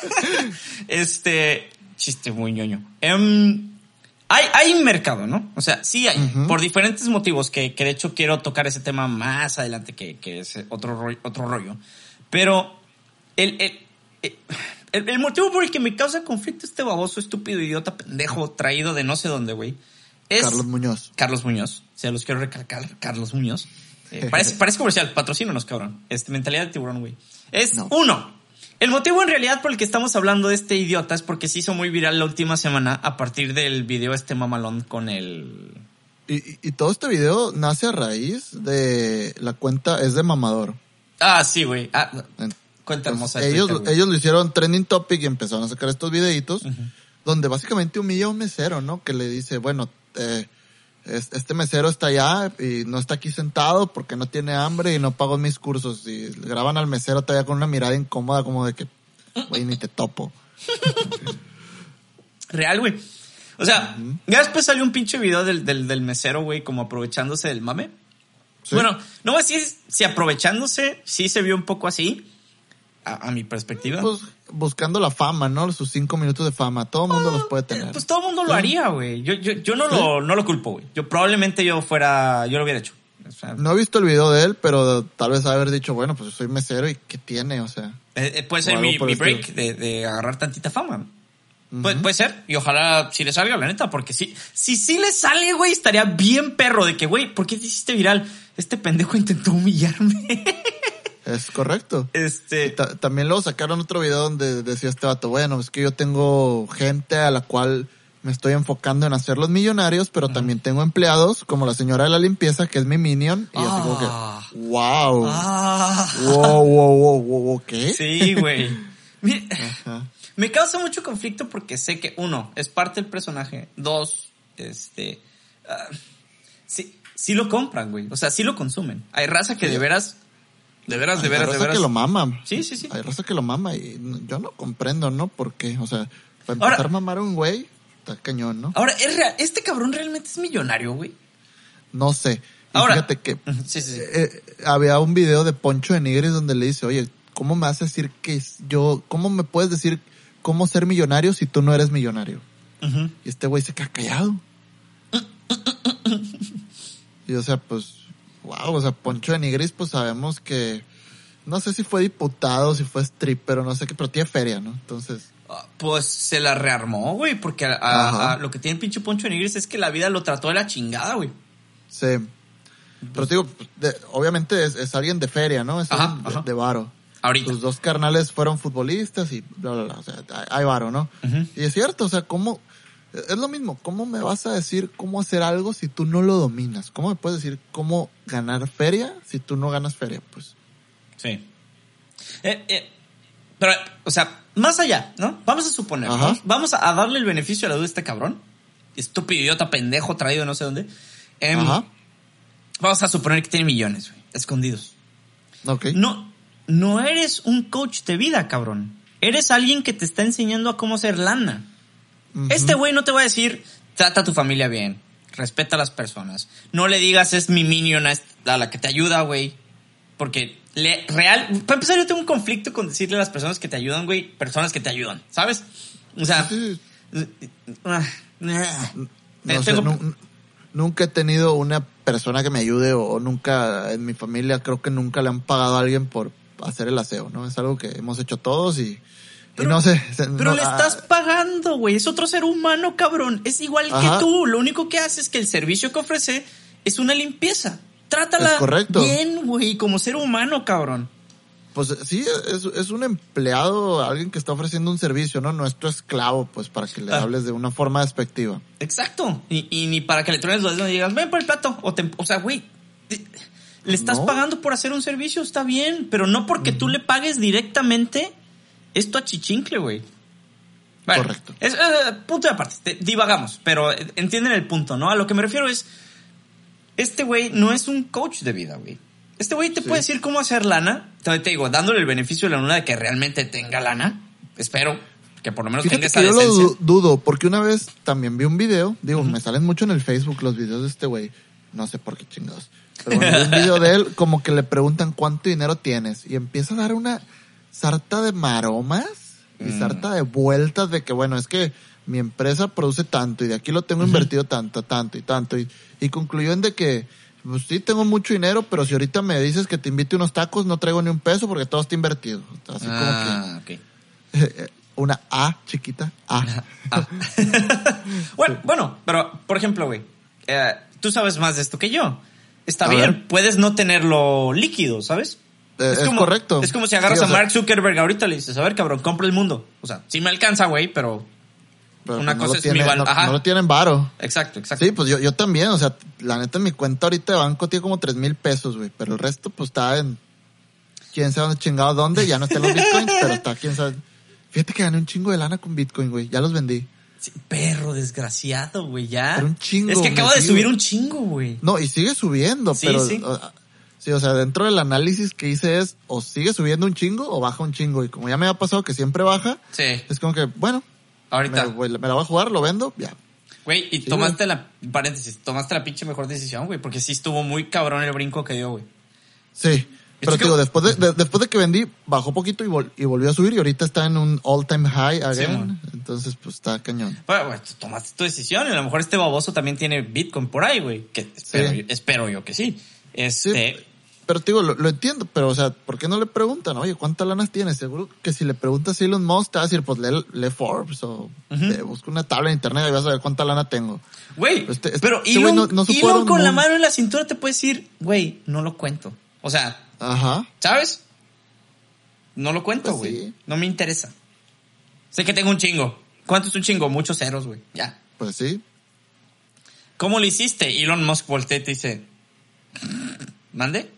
este, chiste muy ñoño. Um, Hay, hay un mercado, ¿no? O sea, sí hay, uh-huh. por diferentes motivos, que, que de hecho quiero tocar ese tema más adelante, que, que es otro rollo, otro rollo. Pero el, el, el, el motivo por el que me causa conflicto este baboso, estúpido, idiota, pendejo, traído de no sé dónde, güey, es... Carlos Muñoz. Carlos Muñoz. O sea, los quiero recalcar, Carlos Muñoz. Eh, parece, parece comercial, patrocínanos, cabrón. Este, mentalidad de tiburón, güey. Es, no. uno... El motivo en realidad por el que estamos hablando de este idiota es porque se hizo muy viral la última semana a partir del video este mamalón con el... Y, y, y todo este video nace a raíz de la cuenta es de mamador. Ah, sí, güey. Ah, cuenta hermosa. Ellos, Twitter, ellos lo hicieron trending topic y empezaron a sacar estos videitos uh-huh. donde básicamente humilla a un mesero, ¿no? Que le dice, bueno, eh, este mesero está allá y no está aquí sentado porque no tiene hambre y no pagó mis cursos. Y graban al mesero todavía con una mirada incómoda como de que, güey, ni te topo. Real, güey. O sea, uh-huh. ya después salió un pinche video del, del, del mesero, güey, como aprovechándose del mame. ¿Sí? Bueno, no voy a decir si aprovechándose, sí se vio un poco así, a, a mi perspectiva. Pues buscando la fama, ¿no? Sus cinco minutos de fama. Todo el mundo oh, los puede tener. Pues todo el mundo ¿sí? lo haría, güey. Yo, yo, yo no, ¿sí? lo, no lo culpo, güey. Yo probablemente yo fuera, yo lo hubiera hecho. O sea, no he visto el video de él, pero tal vez haber dicho, bueno, pues soy mesero y ¿qué tiene? O sea. Eh, puede ser mi, mi break de, de agarrar tantita fama. Uh-huh. Pu- puede ser. Y ojalá si le salga, la neta, porque si, si sí le sale, güey, estaría bien perro de que, güey, ¿por qué te hiciste viral? Este pendejo intentó humillarme. Es correcto. Este. Ta- también luego sacaron otro video donde decía este vato, bueno, es que yo tengo gente a la cual me estoy enfocando en hacerlos millonarios, pero uh-huh. también tengo empleados, como la señora de la limpieza, que es mi minion, y ah. así como que, wow. Ah. Wow, wow, wow, wow, ¿qué? Sí, güey. Ajá. Me causa mucho conflicto porque sé que, uno, es parte del personaje. Dos, este, uh, sí, sí lo compran, güey. O sea, sí lo consumen. Hay raza que sí. de veras, de veras, de veras, Hay raza de veras. que lo mama. Sí, sí, sí. Hay raza que lo mama y yo no comprendo, ¿no? ¿Por qué? O sea, para empezar ahora, a mamar a un güey, está cañón, ¿no? Ahora, ¿es real? ¿Este cabrón realmente es millonario, güey? No sé. Y ahora, fíjate que sí, sí, sí. Eh, había un video de Poncho de Nigris donde le dice, oye, ¿cómo me vas a decir que yo, cómo me puedes decir cómo ser millonario si tú no eres millonario? Uh-huh. Y este güey se queda callado. Y o sea, pues, wow, o sea, Poncho de Nigris, pues sabemos que, no sé si fue diputado, si fue stripper o no sé qué, pero tiene feria, ¿no? Entonces... Pues se la rearmó, güey, porque a, a, a lo que tiene el pinche Poncho de Nigris es que la vida lo trató de la chingada, güey. Sí. Pero te digo, de, obviamente es, es alguien de feria, ¿no? Es ajá, alguien ajá. de, de varo. Ahorita. Sus dos carnales fueron futbolistas y bla, bla, bla. O sea, hay varo, ¿no? Uh-huh. Y es cierto, o sea, ¿cómo? Es lo mismo. ¿Cómo me vas a decir cómo hacer algo si tú no lo dominas? ¿Cómo me puedes decir cómo ganar feria si tú no ganas feria? Pues. Sí. Eh, eh, pero, o sea, más allá, ¿no? Vamos a suponer, ¿no? Vamos a darle el beneficio a la duda a este cabrón. Estúpido, idiota, pendejo, traído no sé dónde. Eh, Ajá. Vamos a suponer que tiene millones, güey, escondidos. Ok. No, no eres un coach de vida, cabrón. Eres alguien que te está enseñando a cómo hacer lana. Uh-huh. Este güey no te va a decir, trata a tu familia bien, respeta a las personas. No le digas, es mi minion a la que te ayuda, güey. Porque, le, real, para empezar yo tengo un conflicto con decirle a las personas que te ayudan, güey, personas que te ayudan, ¿sabes? O sea... Sí. Uh, no, tengo... sé, no, nunca he tenido una persona que me ayude o, o nunca en mi familia creo que nunca le han pagado a alguien por hacer el aseo, ¿no? Es algo que hemos hecho todos y, pero, y no sé. Pero no, le estás ah, pagando, güey. Es otro ser humano, cabrón. Es igual ajá. que tú. Lo único que hace es que el servicio que ofrece es una limpieza. Trátala es correcto. bien, güey, como ser humano, cabrón. Pues sí, es, es un empleado, alguien que está ofreciendo un servicio, ¿no? No es tu esclavo, pues, para que le ah. hables de una forma despectiva. Exacto. Y, y ni para que le truenes los dedos y digas, ven por el plato. O, te, o sea, güey, le estás no. pagando por hacer un servicio, está bien. Pero no porque uh-huh. tú le pagues directamente esto a chichincle, güey. Bueno, correcto. Es, uh, punto de aparte, divagamos, pero entienden el punto, ¿no? A lo que me refiero es, este güey no es un coach de vida, güey. Este güey te sí. puede decir cómo hacer lana. Te digo, dándole el beneficio de la luna de que realmente tenga lana. Espero que por lo menos Fíjate tenga esa que yo decencia. Lo dudo, porque una vez también vi un video. Digo, uh-huh. me salen mucho en el Facebook los videos de este güey. No sé por qué chingados. Pero bueno, vi un video de él como que le preguntan cuánto dinero tienes. Y empieza a dar una sarta de maromas y mm. sarta de vueltas de que, bueno, es que mi empresa produce tanto y de aquí lo tengo uh-huh. invertido tanto, tanto y tanto. Y, y concluyó en de que pues sí, tengo mucho dinero, pero si ahorita me dices que te invite unos tacos, no traigo ni un peso porque todo está invertido. Así ah, como que... Okay. Eh, una A chiquita. A. Ah. bueno, sí. bueno, pero, por ejemplo, güey, eh, tú sabes más de esto que yo. Está A bien, ver. Puedes no tenerlo líquido, ¿sabes? Eh, es, es como, correcto. Es como si agarras sí, a sea, Mark Zuckerberg ahorita y le dices, a ver, cabrón, compra el mundo. O sea, sí me alcanza, güey, pero... Pero una pues cosa no es tiene, mi val... no, Ajá. no lo tienen varo. Exacto, exacto. Sí, pues yo, yo también, o sea, la neta en mi cuenta ahorita de banco tiene como tres mil pesos, güey, pero el resto pues está en quién sabe dónde chingado dónde, ya no está en los bitcoins, pero está quién sabe. Fíjate que gané un chingo de lana con bitcoin, güey, ya los vendí. Sí, perro desgraciado, güey, ya. Pero un chingo. Es que acaba de subir un chingo, güey. No, y sigue subiendo, sí, pero... Sí. O, sí, o sea, dentro del análisis que hice es o sigue subiendo un chingo o baja un chingo, y como ya me ha pasado que siempre baja, sí. es como que, bueno... Ahorita. Me, me la voy a jugar, lo vendo, ya. Güey, y sí, tomaste güey. la, paréntesis, tomaste la pinche mejor decisión, güey, porque sí estuvo muy cabrón el brinco que dio, güey. Sí, pero te digo, después de, de, después de que vendí, bajó poquito y, vol, y volvió a subir y ahorita está en un all time high again, sí, entonces pues está cañón. Bueno, güey, tomaste tu decisión y a lo mejor este baboso también tiene Bitcoin por ahí, güey, que espero, sí. yo, espero yo que sí. Este... Sí. Pero te digo, lo, lo entiendo, pero o sea, ¿por qué no le preguntan? Oye, ¿cuántas lanas tienes? Seguro que si le preguntas a Elon Musk te va a decir, pues lee, lee Forbes o uh-huh. busca una tabla en internet y vas a ver cuánta lana tengo. Güey, pero, este, pero este Elon, no, no Elon con la mano en la cintura te puede decir, güey, no lo cuento. O sea, ajá. ¿sabes? No lo cuento, güey. Pues sí. No me interesa. Sé que tengo un chingo. ¿Cuánto es un chingo? Muchos ceros, güey. Ya. Pues sí. ¿Cómo lo hiciste? Elon Musk voltea y te dice... ¿Mande?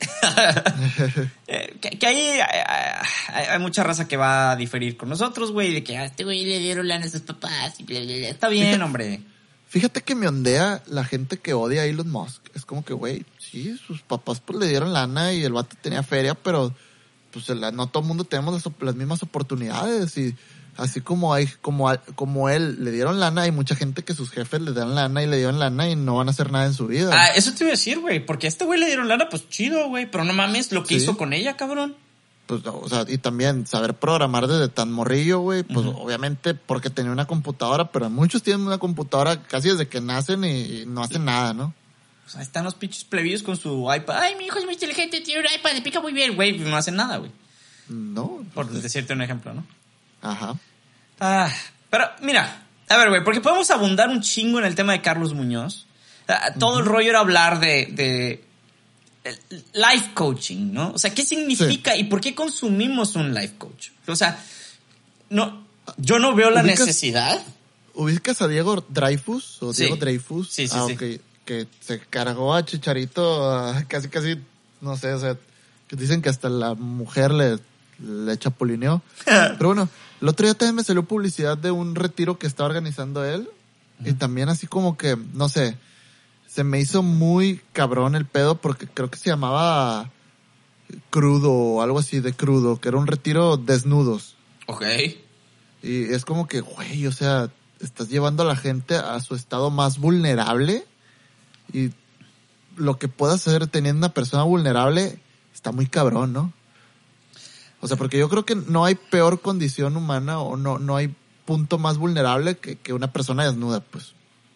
eh, que, que ahí hay, hay, hay mucha raza que va a diferir con nosotros, güey, de que a este güey le dieron lana a sus papás y bla, bla, bla. Está bien, fíjate, hombre. Fíjate que me ondea la gente que odia a Elon Musk. Es como que, güey, sí, sus papás pues le dieron lana y el vato tenía feria, pero pues no todo el mundo tenemos las, las mismas oportunidades y... Así como hay, como, como él le dieron lana, hay mucha gente que sus jefes le dan lana y le dieron lana y no van a hacer nada en su vida. Ah, eso te iba a decir, güey, porque a este güey le dieron lana, pues chido, güey, pero no mames lo que sí. hizo con ella, cabrón. Pues, o sea, y también saber programar desde tan morrillo, güey, pues uh-huh. obviamente porque tenía una computadora, pero muchos tienen una computadora casi desde que nacen y, y no hacen nada, ¿no? Pues ahí están los pinches plebillos con su iPad. Ay, mi hijo es muy inteligente, tiene un iPad, le pica muy bien, güey, no hacen nada, güey. No. Por pues, decirte un ejemplo, ¿no? Ajá. Ah, pero mira, a ver, güey, porque podemos abundar un chingo en el tema de Carlos Muñoz. Uh, todo uh-huh. el rollo era hablar de, de life coaching, ¿no? O sea, ¿qué significa sí. y por qué consumimos un life coach? O sea, no, yo no veo la ¿Ubicas, necesidad. ¿Ubicas a Diego Dreyfus o Diego sí. Dreyfus? Sí, sí, ah, sí. Okay. Que se cargó a Chicharito uh, casi, casi, no sé, o sea, que dicen que hasta la mujer le, le chapulineó. Pero bueno, el otro día también me salió publicidad de un retiro que está organizando él. Uh-huh. Y también así como que, no sé, se me hizo muy cabrón el pedo porque creo que se llamaba Crudo o algo así de Crudo, que era un retiro desnudos. Ok. Y es como que, güey, o sea, estás llevando a la gente a su estado más vulnerable y lo que puedas hacer teniendo una persona vulnerable está muy cabrón, ¿no? O sea, porque yo creo que no hay peor condición humana o no, no hay punto más vulnerable que, que una persona desnuda, pues.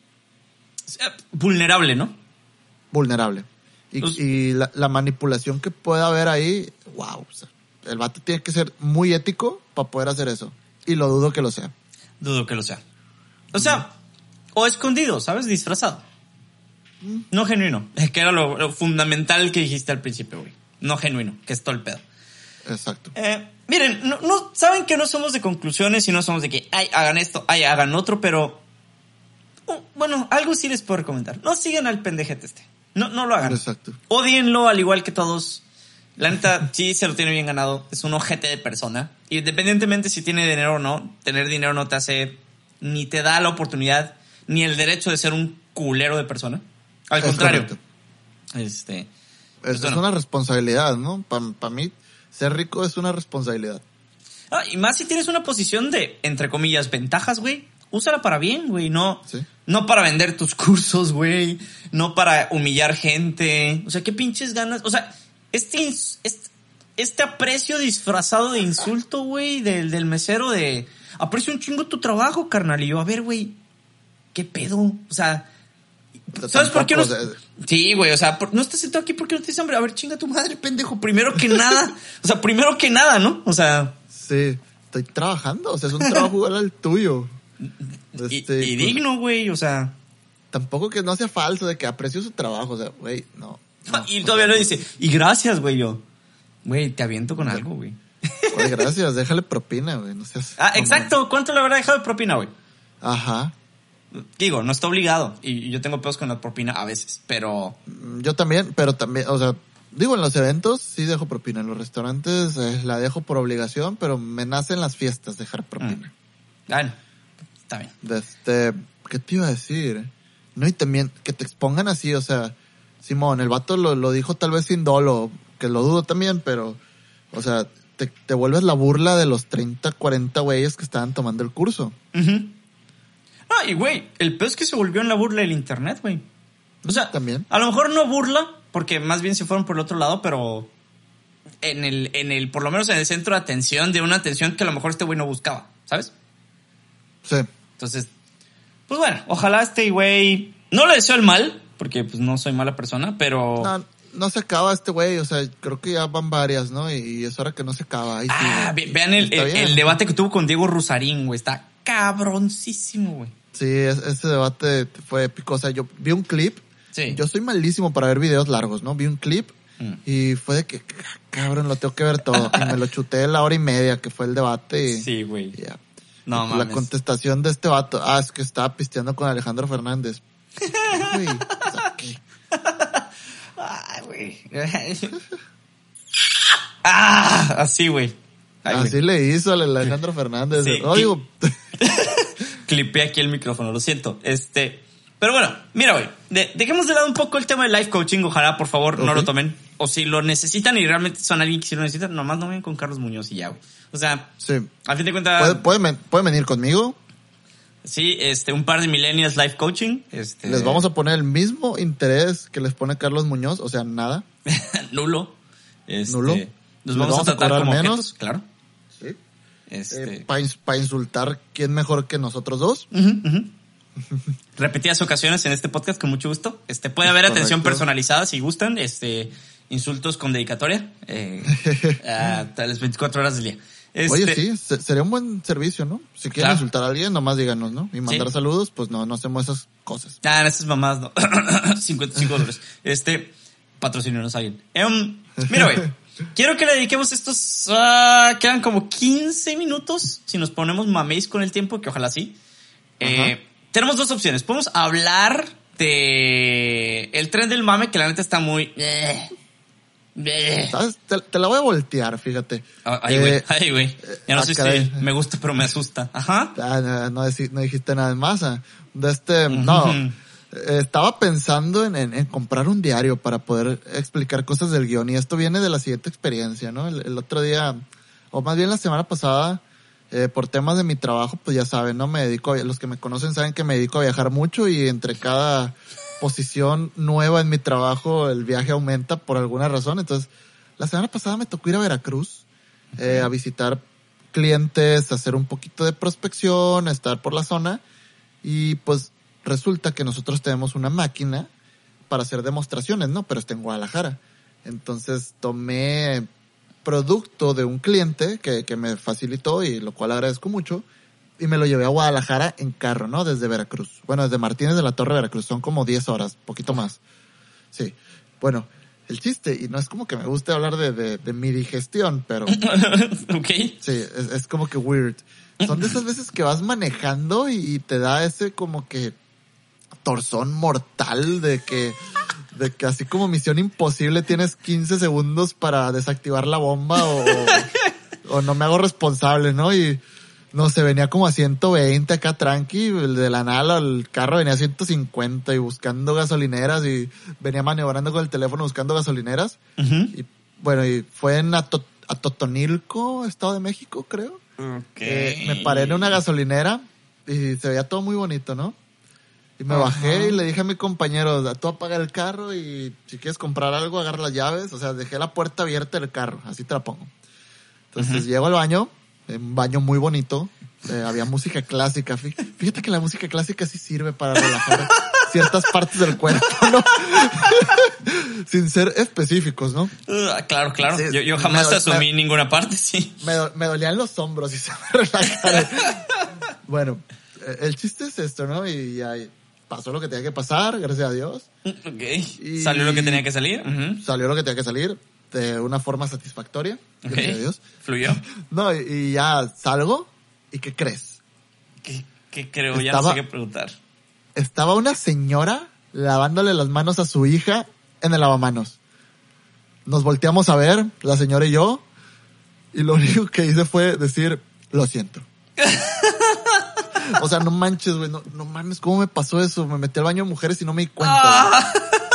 Vulnerable, ¿no? Vulnerable. Y, pues, y la, la manipulación que pueda haber ahí, wow, o sea, el vato tiene que ser muy ético para poder hacer eso. Y lo dudo que lo sea. Dudo que lo sea. O sea, mm. o escondido, ¿sabes? Disfrazado. Mm. No genuino. Que era lo, lo fundamental que dijiste al principio, güey. No genuino, que es todo el pedo. Exacto. Eh, miren, no, no, saben que no somos de conclusiones y no somos de que, ay, hagan esto, ay, hagan otro, pero... Uh, bueno, algo sí les puedo recomendar. No sigan al pendejete este. No, no lo hagan. Exacto. Odienlo al igual que todos. La neta, sí se lo tiene bien ganado. Es un ojete de persona. Y independientemente si tiene dinero o no, tener dinero no te hace, ni te da la oportunidad, ni el derecho de ser un culero de persona. Al es contrario. Correcto. Este. Es, pues, es bueno. una responsabilidad, ¿no? Para pa mí, ser rico es una responsabilidad. Ah, y más si tienes una posición de, entre comillas, ventajas, güey. Úsala para bien, güey. No, ¿Sí? no para vender tus cursos, güey. No para humillar gente. O sea, qué pinches ganas. O sea, este, este, este aprecio disfrazado de insulto, güey, del, del mesero de... Aprecio un chingo tu trabajo, carnal. Y yo, a ver, güey, ¿qué pedo? O sea... ¿Sabes por qué no? Sí, güey, o sea, no estás sentado aquí porque no tienes hambre. A ver, chinga tu madre, pendejo. Primero que nada. O sea, primero que nada, ¿no? O sea... Sí, estoy trabajando. O sea, es un trabajo igual al tuyo. Este, y, y pues, digno, güey, o sea... Tampoco que no sea falso de que aprecio su trabajo, o sea, güey, no, no. Y todavía lo dice, y gracias, güey, yo. Güey, te aviento con algo, güey. Güey, gracias, déjale propina, güey, no seas... Ah, exacto, no, ¿cuánto le habrá dejado de propina, güey? Ajá. Digo, no está obligado, y yo tengo pedos con la propina a veces, pero... Yo también, pero también, o sea, digo, en los eventos sí dejo propina, en los restaurantes eh, la dejo por obligación, pero me nace en las fiestas dejar propina. Mm. Bueno, está bien. Este, ¿qué te iba a decir? No, y también que te expongan así, o sea, Simón, el vato lo, lo dijo tal vez sin dolo, que lo dudo también, pero, o sea, te, te vuelves la burla de los treinta, cuarenta güeyes que estaban tomando el curso. Uh-huh. Ah, y güey, el peor es que se volvió en la burla del internet, güey. O sea, también. A lo mejor no burla, porque más bien se fueron por el otro lado, pero en el, en el, por lo menos en el centro de atención, de una atención que a lo mejor este güey no buscaba, ¿sabes? Sí. Entonces, pues bueno, ojalá este güey, no le deseo el mal, porque pues no soy mala persona, pero... No, no se acaba este güey, o sea, creo que ya van varias, ¿no? Y es hora que no se acaba. Ahí ah, sí, ve, vean el, el, el debate que tuvo con Diego Rusarín, güey, está cabroncísimo, güey. Sí, es, ese debate fue épico, o sea, yo vi un clip, sí. Yo soy malísimo para ver videos largos, ¿no? Vi un clip mm. y fue de que, cabrón, lo tengo que ver todo. Y me lo chuté la hora y media que fue el debate. Y, sí, güey. Ya. No, y mames. La contestación de este vato, ah, es que estaba pisteando con Alejandro Fernández. Güey, o sea, ¿qué? Ay, güey. Ah, así, güey. Ay, así güey. Le hizo a Alejandro Fernández. Sí, no, digo... Clipé aquí el micrófono, lo siento. Este, pero bueno, mira, güey, de, dejemos de lado un poco el tema del life coaching. Ojalá, por favor, okay. no lo tomen. O si lo necesitan y realmente son alguien que sí lo necesitan, nomás no vengan con Carlos Muñoz y ya, güey. O sea, sí. a fin de cuentas... ¿Pueden, pueden, ¿Pueden venir conmigo? Sí, este, un par de millennials life coaching. Este... Les vamos a poner el mismo interés que les pone Carlos Muñoz, o sea, nada. Nulo. Este, Nulo. Nos vamos, vamos a tratar a como menos. Objetos, claro. Sí. Este... Eh, Para pa insultar, ¿quién mejor que nosotros dos? Uh-huh, uh-huh. Repetidas ocasiones en este podcast, con mucho gusto. Este, puede haber Correcto. Atención personalizada si gustan. Este, insultos con dedicatoria. Eh, a las veinticuatro horas del día. Este, Oye, sí, se, sería un buen servicio, ¿no? Si quieren claro. insultar a alguien, nomás díganos, ¿no? Y mandar sí. saludos, pues no, no hacemos esas cosas. Ah, en esas mamás no. cincuenta y cinco dólares. Este, patrocínenos a alguien. Um, mira, güey. Quiero que le dediquemos estos... Uh, quedan como quince minutos. Si nos ponemos mameis con el tiempo, que ojalá sí. Eh, tenemos dos opciones. Podemos hablar de... El tren del mame, que la neta está muy... Eh, eh. ¿Sabes? Te, te la voy a voltear, fíjate. Ay, güey. Eh, Ay, güey. Ya no ah, sé caray. si me gusta, pero me asusta. Ajá. Ah, no, no, no dijiste nada más. ¿eh? De este... Uh-huh. No. Estaba pensando en, en, en comprar un diario para poder explicar cosas del guión, y esto viene de la siguiente experiencia, ¿no? El, el otro día, o más bien la semana pasada, eh, por temas de mi trabajo, pues ya saben, ¿no? Me dedico a, los que me conocen saben que me dedico a viajar mucho, y entre cada posición nueva en mi trabajo el viaje aumenta por alguna razón. Entonces, la semana pasada me tocó ir a Veracruz, eh, a visitar clientes, hacer un poquito de prospección, estar por la zona, y pues resulta que nosotros tenemos una máquina para hacer demostraciones, ¿no? Pero está en Guadalajara. Entonces tomé producto de un cliente que, que me facilitó y lo cual agradezco mucho. Y me lo llevé a Guadalajara en carro, ¿no? Desde Veracruz. Bueno, desde Martínez de la Torre, Veracruz. Son como diez horas, poquito más. Sí. Bueno, el chiste, y no es como que me guste hablar de, de, de mi digestión, pero... Ok. Sí, es, es como que weird. Son de esas veces que vas manejando y, y te da ese como que torzón mortal de que... De que así como Misión Imposible tienes quince segundos para desactivar la bomba o, o no me hago responsable, ¿no? Y no sé, venía como a ciento veinte acá tranqui, de la nada el carro venía a ciento cincuenta y buscando gasolineras y venía maniobrando con el teléfono buscando gasolineras. Uh-huh. Y bueno, y fue en Ato- Atotonilco, Estado de México, creo. Okay. Eh, me paré en una gasolinera y se veía todo muy bonito, ¿no? Y me uh-huh. bajé y le dije a mi compañero, tú apaga el carro y si quieres comprar algo, agarra las llaves. O sea, dejé la puerta abierta del carro, así te la pongo. Entonces uh-huh. llego al baño, un baño muy bonito, eh, había música clásica. Fíjate que la música clásica sí sirve para relajar ciertas partes del cuerpo, ¿no? Sin ser específicos, ¿no? Uh, claro, claro. Sí, yo, yo jamás do- asumí me, ninguna parte, sí. Me, do- me dolían los hombros y se me relajaron. Bueno, el chiste es esto, ¿no? Y ahí pasó lo que tenía que pasar, gracias a Dios. Ok. Y salió lo que tenía que salir. Uh-huh. Salió lo que tenía que salir de una forma satisfactoria, okay. gracias a Dios. Fluyó. No, y, y ya salgo, ¿y qué crees? ¿Qué, qué creo? Estaba, ya no sé qué preguntar. Estaba una señora lavándole las manos a su hija en el lavamanos. Nos volteamos a ver, la señora y yo, y lo único que hice fue decir, lo siento. O sea, no manches, güey, no, no mames, ¿cómo me pasó eso? Me metí al baño de mujeres y no me di cuenta. Ah.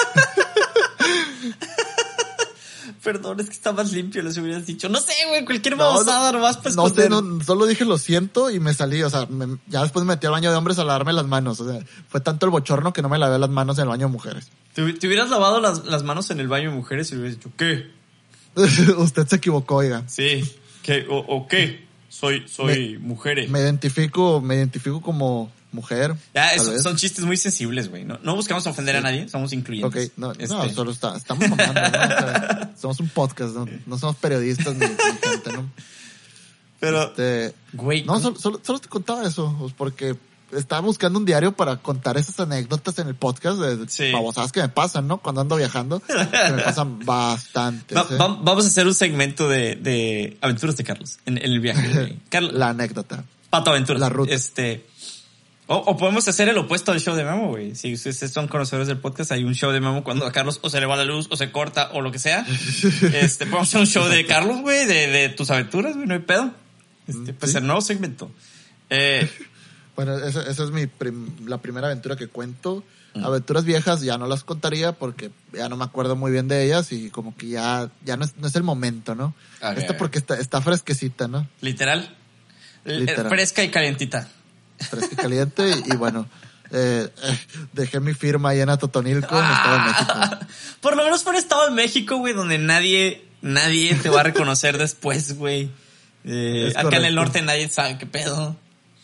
Perdón, es que está más limpio, les hubieras dicho. No sé, güey, cualquier babosada, no, nomás para no esconder. sé, no, solo dije lo siento y me salí, o sea, me, ya después me metí al baño de hombres a lavarme las manos, o sea, fue tanto el bochorno que no me lavé las manos en el baño de mujeres. ¿Te, te hubieras lavado las, las manos en el baño de mujeres y le hubieras dicho, ¿qué? Usted se equivocó, oiga. Sí, ¿qué? ¿O, o qué? Soy, soy me, mujer. Me identifico, me identifico como mujer. Ya, eso, son chistes muy sensibles, güey. No, no buscamos ofender sí. a nadie, somos incluyentes. Ok, no, este... no solo está, estamos mamando, ¿no? O sea, somos un podcast, ¿no? No somos periodistas ni, ni gente, ¿no? Pero, este, güey. No, solo, solo, solo te contaba eso, pues porque estaba buscando un diario para contar esas anécdotas en el podcast de sí. babosadas que me pasan, ¿no? Cuando ando viajando, que me pasan bastante. Va, ¿eh? va, vamos a hacer un segmento de, de aventuras de Carlos en, en el viaje. Carlos, la anécdota. Pato Aventuras. La ruta. Este, o, o podemos hacer el opuesto al show de Memo, güey. Si ustedes son conocedores del podcast, hay un show de Memo cuando a Carlos o se le va la luz o se corta o lo que sea. Este, podemos hacer un show de Carlos, güey, de, de tus aventuras, güey, no hay pedo. Este, pues ¿sí? El nuevo segmento. Eh, Bueno, esa, esa es mi prim, la primera aventura que cuento. Mm. Aventuras viejas ya no las contaría porque ya no me acuerdo muy bien de ellas y como que ya, ya no es, no es el momento, ¿no? Okay, Esta porque está, está fresquecita, ¿no? Literal. Literal. Fresca y calientita. Fresca y caliente y, y bueno, eh, eh, dejé mi firma ahí en Atotonilco, en Estado de México. Por lo menos fue en Estado de México, güey, donde nadie, nadie te va a reconocer después, güey. Eh, acá correcto. En el norte nadie sabe qué pedo.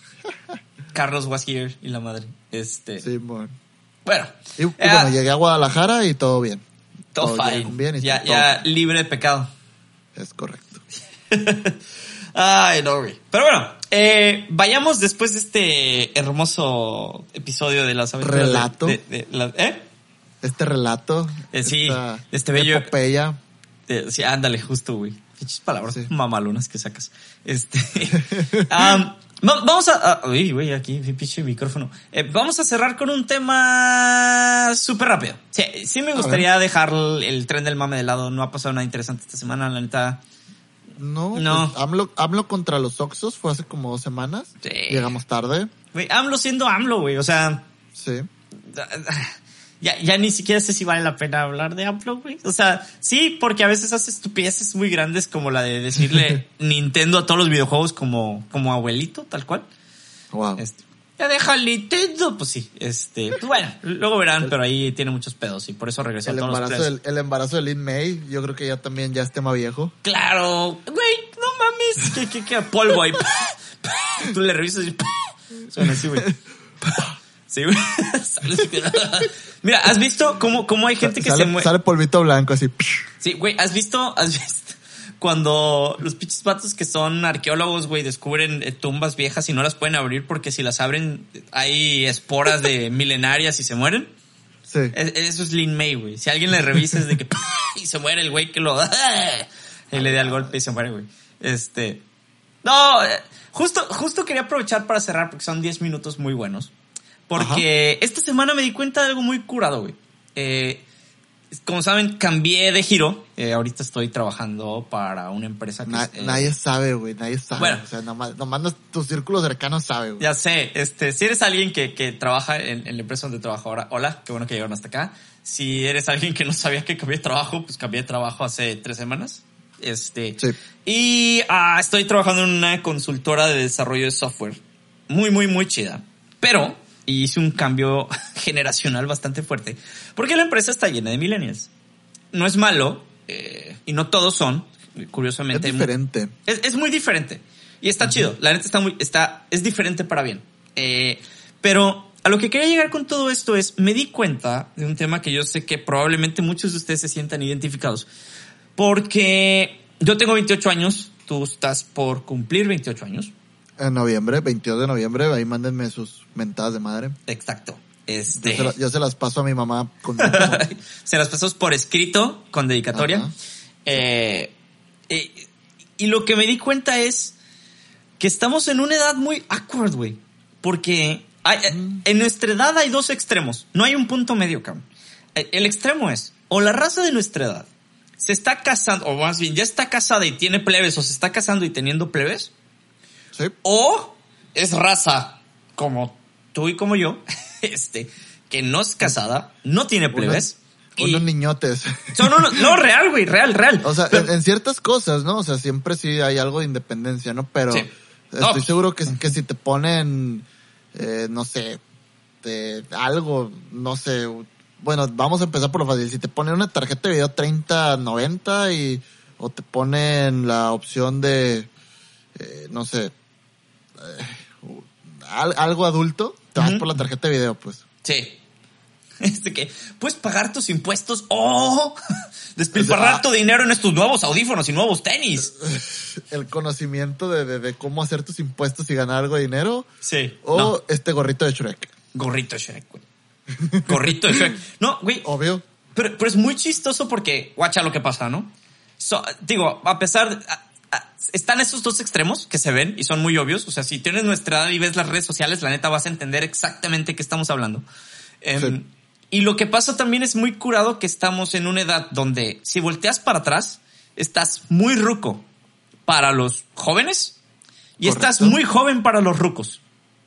Carlos was here y la madre. Este. Sí, bueno. Bueno. Y, y uh, bueno, llegué a Guadalajara y todo bien. Todo, todo fine. Bien y ya, todo ya bien. Libre de pecado. Es correcto. Ay, no, güey. Pero bueno, eh, vayamos después de este hermoso episodio de las aventuras. Relato. De, de, de la, ¿eh? Este relato. Eh, sí, este bello. Epopeya. De, sí, ándale, justo, güey. Muchas palabras sí. mamalonas que sacas. Este. um, Vamos a... Uh, uy, güey, aquí, pinche micrófono. Eh, vamos a cerrar con un tema súper rápido. Sí, sí me gustaría dejar el, el tren del mame de lado. No ha pasado nada interesante esta semana, la neta. No, no. Pues, AMLO, AMLO contra los Oxxos fue hace como dos semanas. Sí. Llegamos tarde. Güey, AMLO siendo AMLO, güey, o sea... Sí. Ya, ya ni siquiera sé si vale la pena hablar de AMLO, güey. O sea, sí, porque a veces hace estupideces muy grandes como la de decirle Nintendo a todos los videojuegos como, como abuelito, tal cual. Wow. Este, ya deja el Nintendo. Pues sí, este, pues bueno, luego verán, el, pero ahí tiene muchos pedos y por eso regresó el a todos embarazo los del, El embarazo de Lin May, yo creo que ya también ya es tema viejo. Claro, güey, no mames. ¿Qué, qué, qué? Polvo ahí. Tú le revisas y suena así, güey. Sí, güey. Mira, ¿has visto cómo, cómo hay gente que sale, se muere? Sale polvito blanco así. Sí, güey, ¿has visto? ¿Has visto? cuando los pinches vatos que son arqueólogos, güey, descubren eh, tumbas viejas y no las pueden abrir porque si las abren hay esporas de milenarias y se mueren. Sí. Es, eso es Lin May, güey. Si alguien le revisa es de que y se muere el güey que lo y le da el golpe y se muere, güey. Este, no, justo, justo quería aprovechar para cerrar porque son diez minutos muy buenos. Porque Ajá. esta semana me di cuenta de algo muy curado, güey. Eh, como saben, cambié de giro. Eh, ahorita estoy trabajando para una empresa que... Na, es, eh, nadie sabe, güey, nadie sabe. Bueno, o sea, nomás, nomás tu círculo cercano sabe, güey. Ya sé, este, si eres alguien que, que trabaja en, en la empresa donde trabajo ahora, hola, qué bueno que llegaron hasta acá. Si eres alguien que no sabía que cambié de trabajo, pues cambié de trabajo hace tres semanas. Este, sí. Y ah, estoy trabajando en una consultora de desarrollo de software. Muy, muy, muy chida. Pero hice un cambio generacional bastante fuerte. Porque la empresa está llena de millennials. No es malo, eh, y no todos son, curiosamente. Es diferente. Es, es muy diferente. Y está uh-huh. chido. La neta está muy, está, es diferente para bien. Eh, pero a lo que quería llegar con todo esto es, me di cuenta de un tema que yo sé que probablemente muchos de ustedes se sientan identificados. Porque yo tengo veintiocho años, tú estás por cumplir veintiocho años. En noviembre, veintidós de noviembre, ahí mándenme sus mentadas de madre. Exacto. Este... Yo, se la, yo se las paso a mi mamá con se las paso por escrito, con dedicatoria. Eh, eh, y lo que me di cuenta es que estamos en una edad muy awkward, güey. Porque hay, mm. en nuestra edad hay dos extremos. No hay un punto medio, cabrón. El extremo es, o la raza de nuestra edad se está casando, o más bien ya está casada y tiene plebes, o se está casando y teniendo plebes. Sí. O es raza como tú y como yo, este, que no es casada, no tiene plebes. Unos, unos niñotes. Son unos, no, real, güey, real, real. O sea, pero, en, en ciertas cosas, ¿no? O sea, siempre sí hay algo de independencia, ¿no? Pero sí. estoy no. seguro que, que si te ponen, eh, no sé, de algo, no sé, bueno, vamos a empezar por lo fácil. Si te ponen una tarjeta de video treinta noventa y, o te ponen la opción de, eh, no sé, eh, algo adulto, te vas uh-huh. por la tarjeta de video, pues. Sí. Este que puedes pagar tus impuestos o despilfarrar o sea, tu dinero en estos nuevos audífonos y nuevos tenis. El conocimiento de, de, de cómo hacer tus impuestos y ganar algo de dinero. Sí. O no. este gorrito de Shrek. Gorrito de Shrek, güey. Gorrito de Shrek. No, güey. Obvio. Pero, pero es muy chistoso porque, guacha lo que pasa, ¿no? So, digo, a pesar de... A, a, están esos dos extremos que se ven y son muy obvios. O sea, si tienes nuestra edad y ves las redes sociales, la neta vas a entender exactamente qué estamos hablando. Um, sí. Y lo que pasa también es muy curado que estamos en una edad donde si volteas para atrás, estás muy ruco para los jóvenes y Correcto. Estás muy joven para los rucos.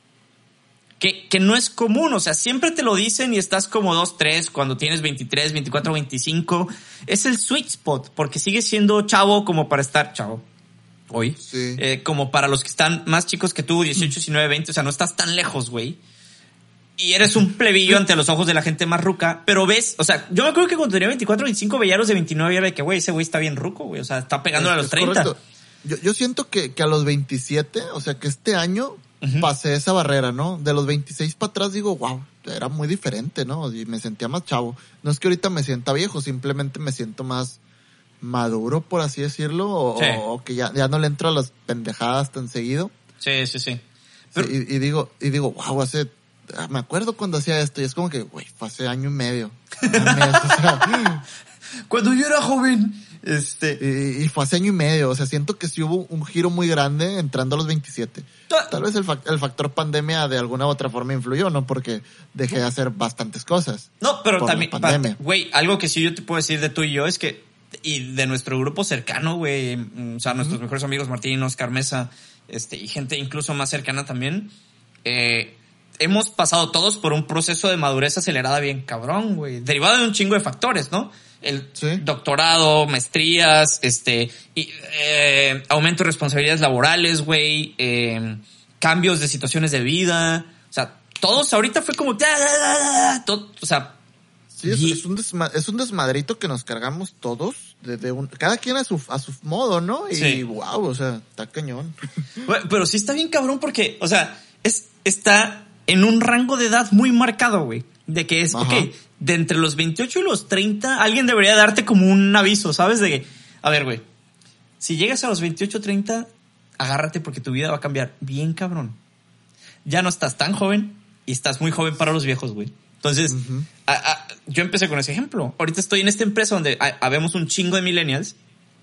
Que, que no es común, o sea, siempre te lo dicen y estás como dos, tres, cuando tienes veintitrés, veinticuatro, veinticinco. Es el sweet spot, porque sigues siendo chavo como para estar chavo hoy. Sí. Eh, como para los que están más chicos que tú, dieciocho, diecinueve, veinte, o sea, no estás tan lejos, güey. Y eres un plebillo ante los ojos de la gente más ruca, pero ves, o sea, yo me acuerdo que cuando tenía veinticuatro, veinticinco veía a los de veintinueve y era de que, güey, ese güey está bien ruco, güey, o sea, está pegándole es, a los treinta. Correcto. Yo, yo siento que, que a los veintisiete, o sea, que este año uh-huh. pasé esa barrera, ¿no? De los veintiséis para atrás digo, wow, era muy diferente, ¿no? Y me sentía más chavo. No es que ahorita me sienta viejo, simplemente me siento más maduro, por así decirlo, o, sí. o que ya, ya no le entro a las pendejadas tan seguido. Sí, sí, sí. Pero... sí y, y digo, y digo, wow, hace... me acuerdo cuando hacía esto y es como que, güey, fue hace año y medio. Mes, o sea, cuando yo era joven, este... Y, y fue hace año y medio, o sea, siento que sí hubo un giro muy grande entrando a los veintisiete. Tal vez el, fact- el factor pandemia de alguna u otra forma influyó, ¿no? Porque dejé de hacer bastantes cosas. No, pero también, güey, algo que sí yo te puedo decir de tú y yo es que, y de nuestro grupo cercano, güey, o sea, nuestros uh-huh. mejores amigos Martín, Oscar Mesa, este, y gente incluso más cercana también, eh... hemos pasado todos por un proceso de madurez acelerada bien cabrón, güey. Derivado de un chingo de factores, ¿no? El ¿sí? doctorado, maestrías, este, y, eh, aumento de responsabilidades laborales, güey, eh, cambios de situaciones de vida. O sea, todos ahorita fue como... Todo, o sea... Sí, es, y, es, un desma- es un desmadrito que nos cargamos todos, de, de un, cada quien a su, a su modo, ¿no? Y sí. wow, o sea, está cañón. Pero, pero sí está bien cabrón porque, o sea, es está... en un rango de edad muy marcado, güey. De que es, Ajá. ok, de entre los veintiocho y los treinta, alguien debería darte como un aviso, ¿sabes? De que, a ver, güey, si llegas a los veintiocho, treinta, agárrate porque tu vida va a cambiar bien cabrón. Ya no estás tan joven y estás muy joven para los viejos, güey. Entonces, uh-huh. a, a, yo empecé con ese ejemplo. Ahorita estoy en esta empresa donde ha, habemos un chingo de millennials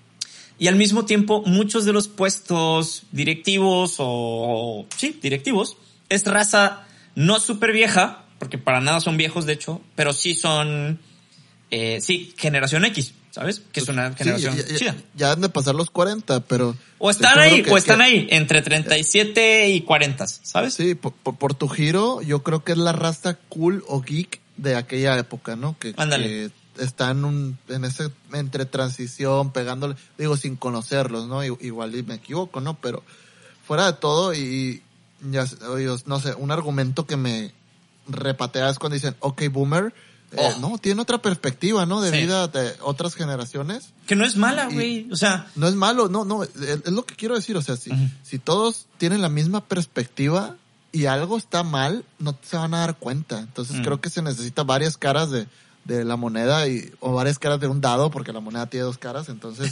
y al mismo tiempo muchos de los puestos directivos o, sí, directivos, es raza no súper vieja, porque para nada son viejos de hecho, pero sí son, eh, sí, generación X, ¿sabes? Que es una generación sí, ya, chida. Ya, ya han de pasar los cuarenta, pero... O están ahí, que, o están que, ahí, entre treinta y siete y cuarenta, ¿sabes? Sí, por, por, por tu giro, yo creo que es la raza cool o geek de aquella época, ¿no? Que, que está en un, en ese, entre transición, pegándole, digo, sin conocerlos, ¿no? Igual y me equivoco, ¿no? Pero fuera de todo y, ya, no sé, un argumento que me repatea es cuando dicen, ok, boomer, Eh, oh. no, tiene otra perspectiva, ¿no? De sí. vida de otras generaciones. Que no es mala, güey. O sea. No es malo, no, no. Es, es lo que quiero decir. O sea, si, uh-huh. si todos tienen la misma perspectiva y algo está mal, no se van a dar cuenta. Entonces uh-huh. creo que se necesita varias caras de, de la moneda y, o varias caras de un dado, porque la moneda tiene dos caras. Entonces,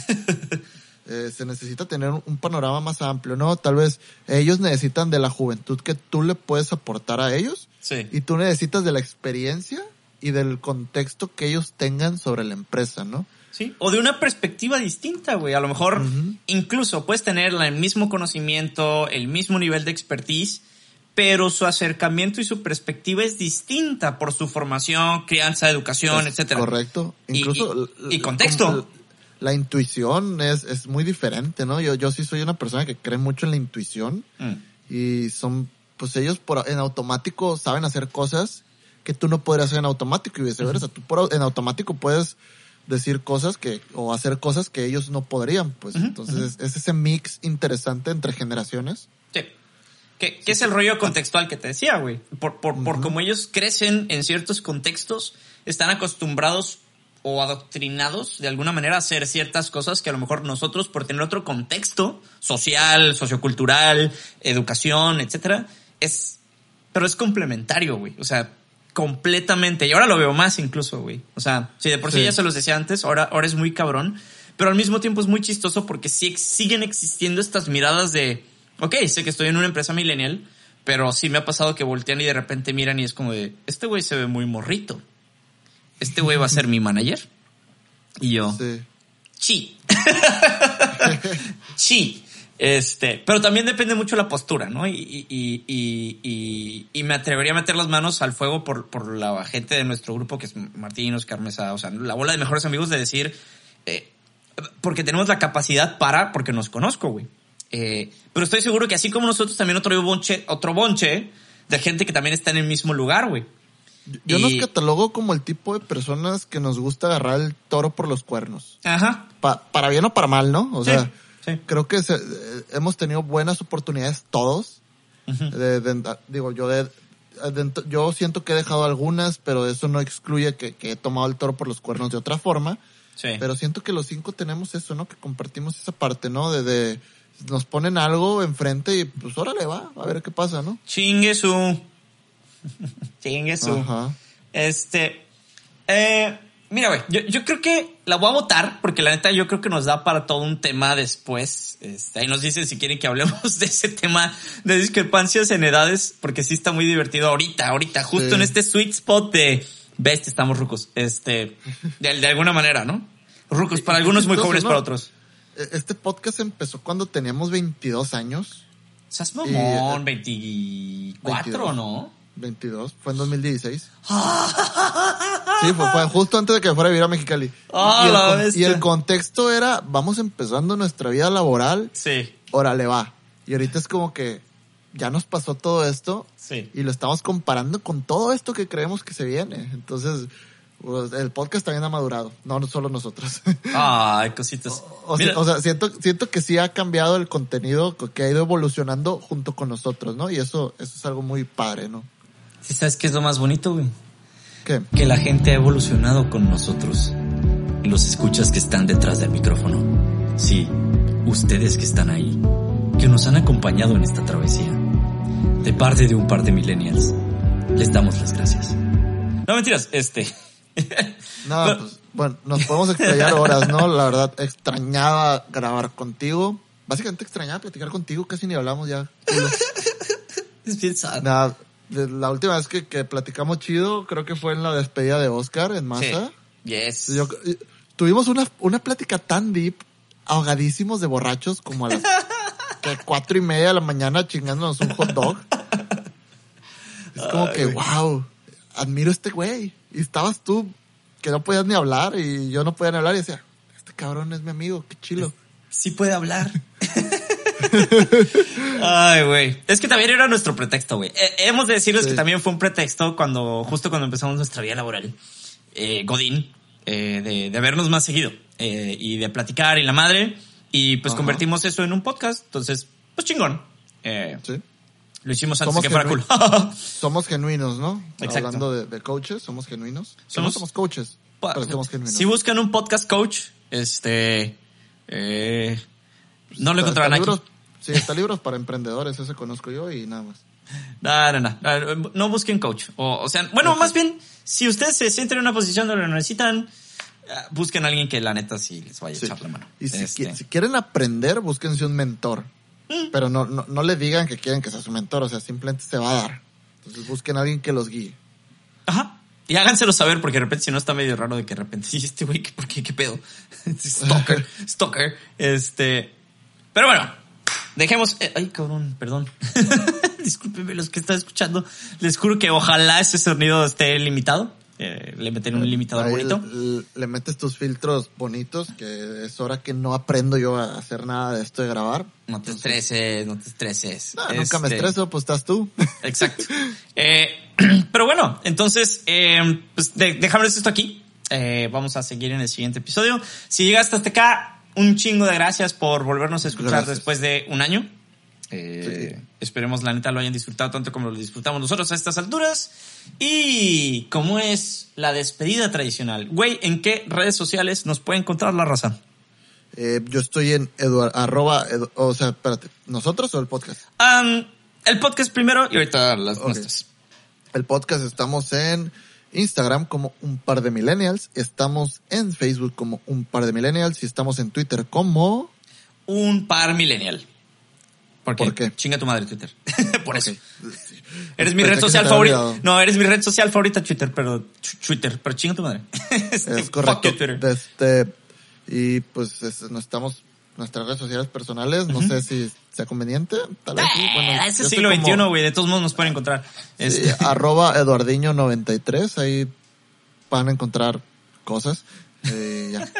eh, se necesita tener un, un panorama más amplio, ¿no? Tal vez ellos necesitan de la juventud que tú le puedes aportar a ellos. Sí. Y tú necesitas de la experiencia y del contexto que ellos tengan sobre la empresa, ¿no? Sí, o de una perspectiva distinta, güey. A lo mejor uh-huh. incluso puedes tener el mismo conocimiento, el mismo nivel de expertise, pero su acercamiento y su perspectiva es distinta por su formación, crianza, educación, es etcétera. Correcto. Incluso y, y, y contexto. La, la intuición es, es muy diferente, ¿no? Yo, yo sí soy una persona que cree mucho en la intuición mm. y son, pues ellos por, en automático saben hacer cosas que tú no podrías hacer en automático y viceversa. Uh-huh. Tú por, en automático puedes decir cosas que, o hacer cosas que ellos no podrían, pues. Uh-huh. Entonces, uh-huh. es, es ese mix interesante entre generaciones. Sí. ¿Qué, qué es el rollo contextual que te decía, güey? Por, por, uh-huh. por como ellos crecen en ciertos contextos, están acostumbrados o adoctrinados de alguna manera a hacer ciertas cosas que a lo mejor nosotros, por tener otro contexto social, sociocultural, educación, etcétera, es, pero es complementario, güey. O sea, completamente. Y ahora lo veo más incluso, güey. O sea, si de por sí, sí ya se los decía antes, ahora, ahora es muy cabrón. Pero al mismo tiempo es muy chistoso porque sí siguen existiendo estas miradas de, ok, sé que estoy en una empresa millennial, pero sí me ha pasado que voltean y de repente miran y es como de, este güey se ve muy morrito. Este güey va a ser mi manager. Y yo, sí. Sí. Sí. Este, pero también depende mucho la postura, ¿no? Y, y, y, y, y, y me atrevería a meter las manos al fuego por, por la gente de nuestro grupo, que es Martín, Oscar Mesa, o sea, la bola de mejores amigos, de decir, eh, porque tenemos la capacidad para, porque nos conozco, güey. Eh, pero estoy seguro que así como nosotros, también otro bonche, otro bonche de gente que también está en el mismo lugar, güey. Yo y... nos catalogo como el tipo de personas que nos gusta agarrar el toro por los cuernos. Ajá. Pa, para bien o para mal, ¿no? O sí. sea, Sí. creo que se, eh, hemos tenido buenas oportunidades todos. Uh-huh. De, de, digo, yo de, de, yo siento que he dejado algunas, pero eso no excluye que, que he tomado el toro por los cuernos de otra forma. Sí. Pero siento que los cinco tenemos eso, ¿no? Que compartimos esa parte, ¿no? De, de nos ponen algo enfrente y pues órale, va, a ver qué pasa, ¿no? Chingue su. Chingue su. Ajá. Este, eh... Mira, güey, yo, yo creo que la voy a votar porque la neta yo creo que nos da para todo un tema después. Este, ahí nos dicen si quieren que hablemos de ese tema de discrepancias en edades, porque sí está muy divertido ahorita, ahorita, justo sí. en este sweet spot de bestia, estamos rucos. Este, de, de alguna manera, ¿no? Rucos para algunos, muy jóvenes ¿no? para otros. Este podcast empezó cuando teníamos veintidós años. ¿Seas mamón? Y, veinticuatro, veintidós, ¿no? veintidós, fue en dos mil dieciséis. Sí, fue, fue justo antes de que fuera a vivir a Mexicali. Oh, y, la el, y el contexto era, vamos empezando nuestra vida laboral. Sí. Órale, va. Y ahorita es como que ya nos pasó todo esto. Sí. Y lo estamos comparando con todo esto que creemos que se viene. Entonces, pues, el podcast también ha madurado. No, no solo nosotros. Ay, cositas. O, o, sea, o sea, siento, siento que sí ha cambiado el contenido, que ha ido evolucionando junto con nosotros, ¿no? Y eso, eso es algo muy padre, ¿no? ¿Sí sabes qué es lo más bonito, güey? ¿Qué? Que la gente ha evolucionado con nosotros. Los escuchas que están detrás del micrófono. Sí, ustedes que están ahí, que nos han acompañado en esta travesía. De parte de un par de millennials, les damos las gracias. No, mentiras, este... No, pero, pues, bueno, nos podemos explayar horas, ¿no? La verdad, extrañaba grabar contigo. Básicamente extrañaba platicar contigo, casi ni hablamos ya. Culo. Es bien sad. Nada, la última vez que, que platicamos chido, creo que fue en la despedida de Oscar en Masa. Sí. Yes. Yo, tuvimos una, una plática tan deep, ahogadísimos de borrachos, como a las que cuatro y media de la mañana chingándonos un hot dog. Es como Ay, que, güey. wow, admiro a este güey. Y estabas tú, que no podías ni hablar, y yo no podía ni hablar, y decía, este cabrón es mi amigo, qué chilo. Sí puede hablar. Ay, güey. Es que también era nuestro pretexto, güey. Eh, hemos de decirles sí. que también fue un pretexto cuando, justo cuando empezamos nuestra vida laboral, eh, Godín, eh, de, de vernos más seguido, eh, y de platicar y la madre, y pues Ajá. convertimos eso en un podcast. Entonces, pues chingón. Eh, sí. Lo hicimos antes somos de que fuera cool. Somos genuinos, ¿no? Exacto. Hablando de, de coaches, somos genuinos. Somos, no somos coaches, pa, pero somos genuinos. Si buscan un podcast coach, este... Eh, no lo encontrarán aquí. Libros, sí, está libros para emprendedores, ese conozco yo y nada más. No, no, no. No, no busquen coach. O, o sea, bueno, okay. más bien, si ustedes se sienten en una posición donde lo necesitan, busquen a alguien que la neta sí les vaya a sí. echar la mano. Y si, este. si quieren aprender, búsquense un mentor. Mm. Pero no, no, no le digan que quieren que sea su mentor, o sea, simplemente se va a dar. Entonces busquen a alguien que los guíe. Ajá. Y háganselo saber, porque de repente si no está medio raro de que de repente, sí, este güey, ¿por qué? ¿Qué pedo? Stalker, stalker. Este, pero bueno, dejemos, eh, ay cabrón, perdón. Discúlpenme los que están escuchando. Les juro que ojalá ese sonido esté limitado. Eh, le meten un limitador Ahí bonito. Le, le metes tus filtros bonitos, que es hora que no aprendo yo a hacer nada de esto de grabar. No te Entonces, estreses, no te estreses. No, este... Nunca me estreso, pues estás tú. Exacto. Eh, pero bueno, entonces, eh, pues de, dejamos esto aquí. Eh, vamos a seguir en el siguiente episodio. Si llegaste hasta acá, un chingo de gracias por volvernos a escuchar gracias. Después de un año. Eh, sí. Esperemos la neta lo hayan disfrutado tanto como lo disfrutamos nosotros a estas alturas. Y como es la despedida tradicional, güey, ¿en qué redes sociales nos puede encontrar la raza? Eh, yo estoy en Eduard, arroba, edu, o sea, espérate, ¿nosotros o el podcast? Um, el podcast primero y ahorita las okay. nuestras. El podcast estamos en Instagram como Un Par de Millennials, estamos en Facebook como Un Par de Millennials y estamos en Twitter como... Un Par Millennial. ¿Por qué? ¿Por qué? Chinga tu madre Twitter. Por okay. eso. Sí. Eres mi red social favorita. No, eres mi red social favorita Twitter, pero Twitter, pero chinga tu madre. este, es correcto. Twitter. Este, y pues es, no estamos nuestras redes sociales personales, no uh-huh. sé si sea conveniente, tal vez sí. Bueno, es el siglo veintiuno, güey, de todos modos nos pueden encontrar. Este. Sí, arroba Eduardiño noventa y tres, ahí van a encontrar cosas. Eh, ya.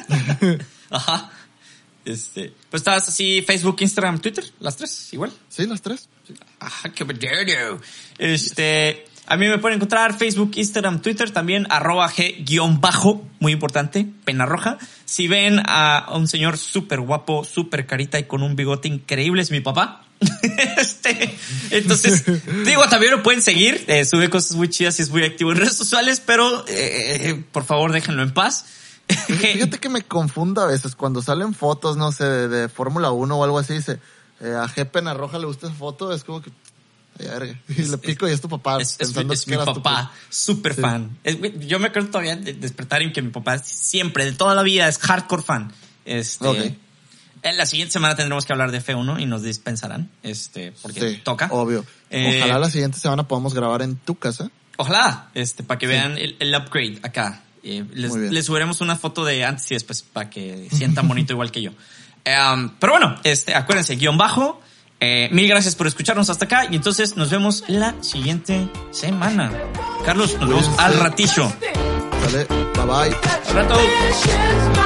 Ajá. Este, pues estás así, Facebook, Instagram, Twitter, las tres, igual. Sí, las tres. Sí. Ajá, qué bello. Este, yes. A mí me pueden encontrar Facebook, Instagram, Twitter, también arroba G guión bajo, muy importante, pena roja. Si ven a un señor súper guapo, súper carita y con un bigote increíble, es mi papá. este, entonces, digo, también lo pueden seguir, eh, sube cosas muy chidas y es muy activo en redes sociales, pero eh, por favor déjenlo en paz. Fíjate que me confunda a veces cuando salen fotos, no sé, de, de Fórmula uno o algo así, dice, eh, a G Pena Roja le gusta esa foto, es como que, ay, verga, y le pico es, y es tu papá. Es, es, es mi papá, súper sí. fan. Es, yo me acuerdo todavía de despertar en que mi papá siempre, de toda la vida, es hardcore fan. Este, okay. En la siguiente semana tendremos que hablar de F uno y nos dispensarán, este, porque sí, toca. Obvio. Eh, ojalá la siguiente semana podamos grabar en tu casa. Ojalá, este, para que sí. vean el, el upgrade acá. Eh, les, les subiremos una foto de antes y después para que sientan bonito igual que yo. Um, pero bueno, este, acuérdense, guión bajo. Eh, mil gracias por escucharnos hasta acá y entonces nos vemos la siguiente semana. Carlos, nos vemos al ratillo. Vale, bye bye. Al rato.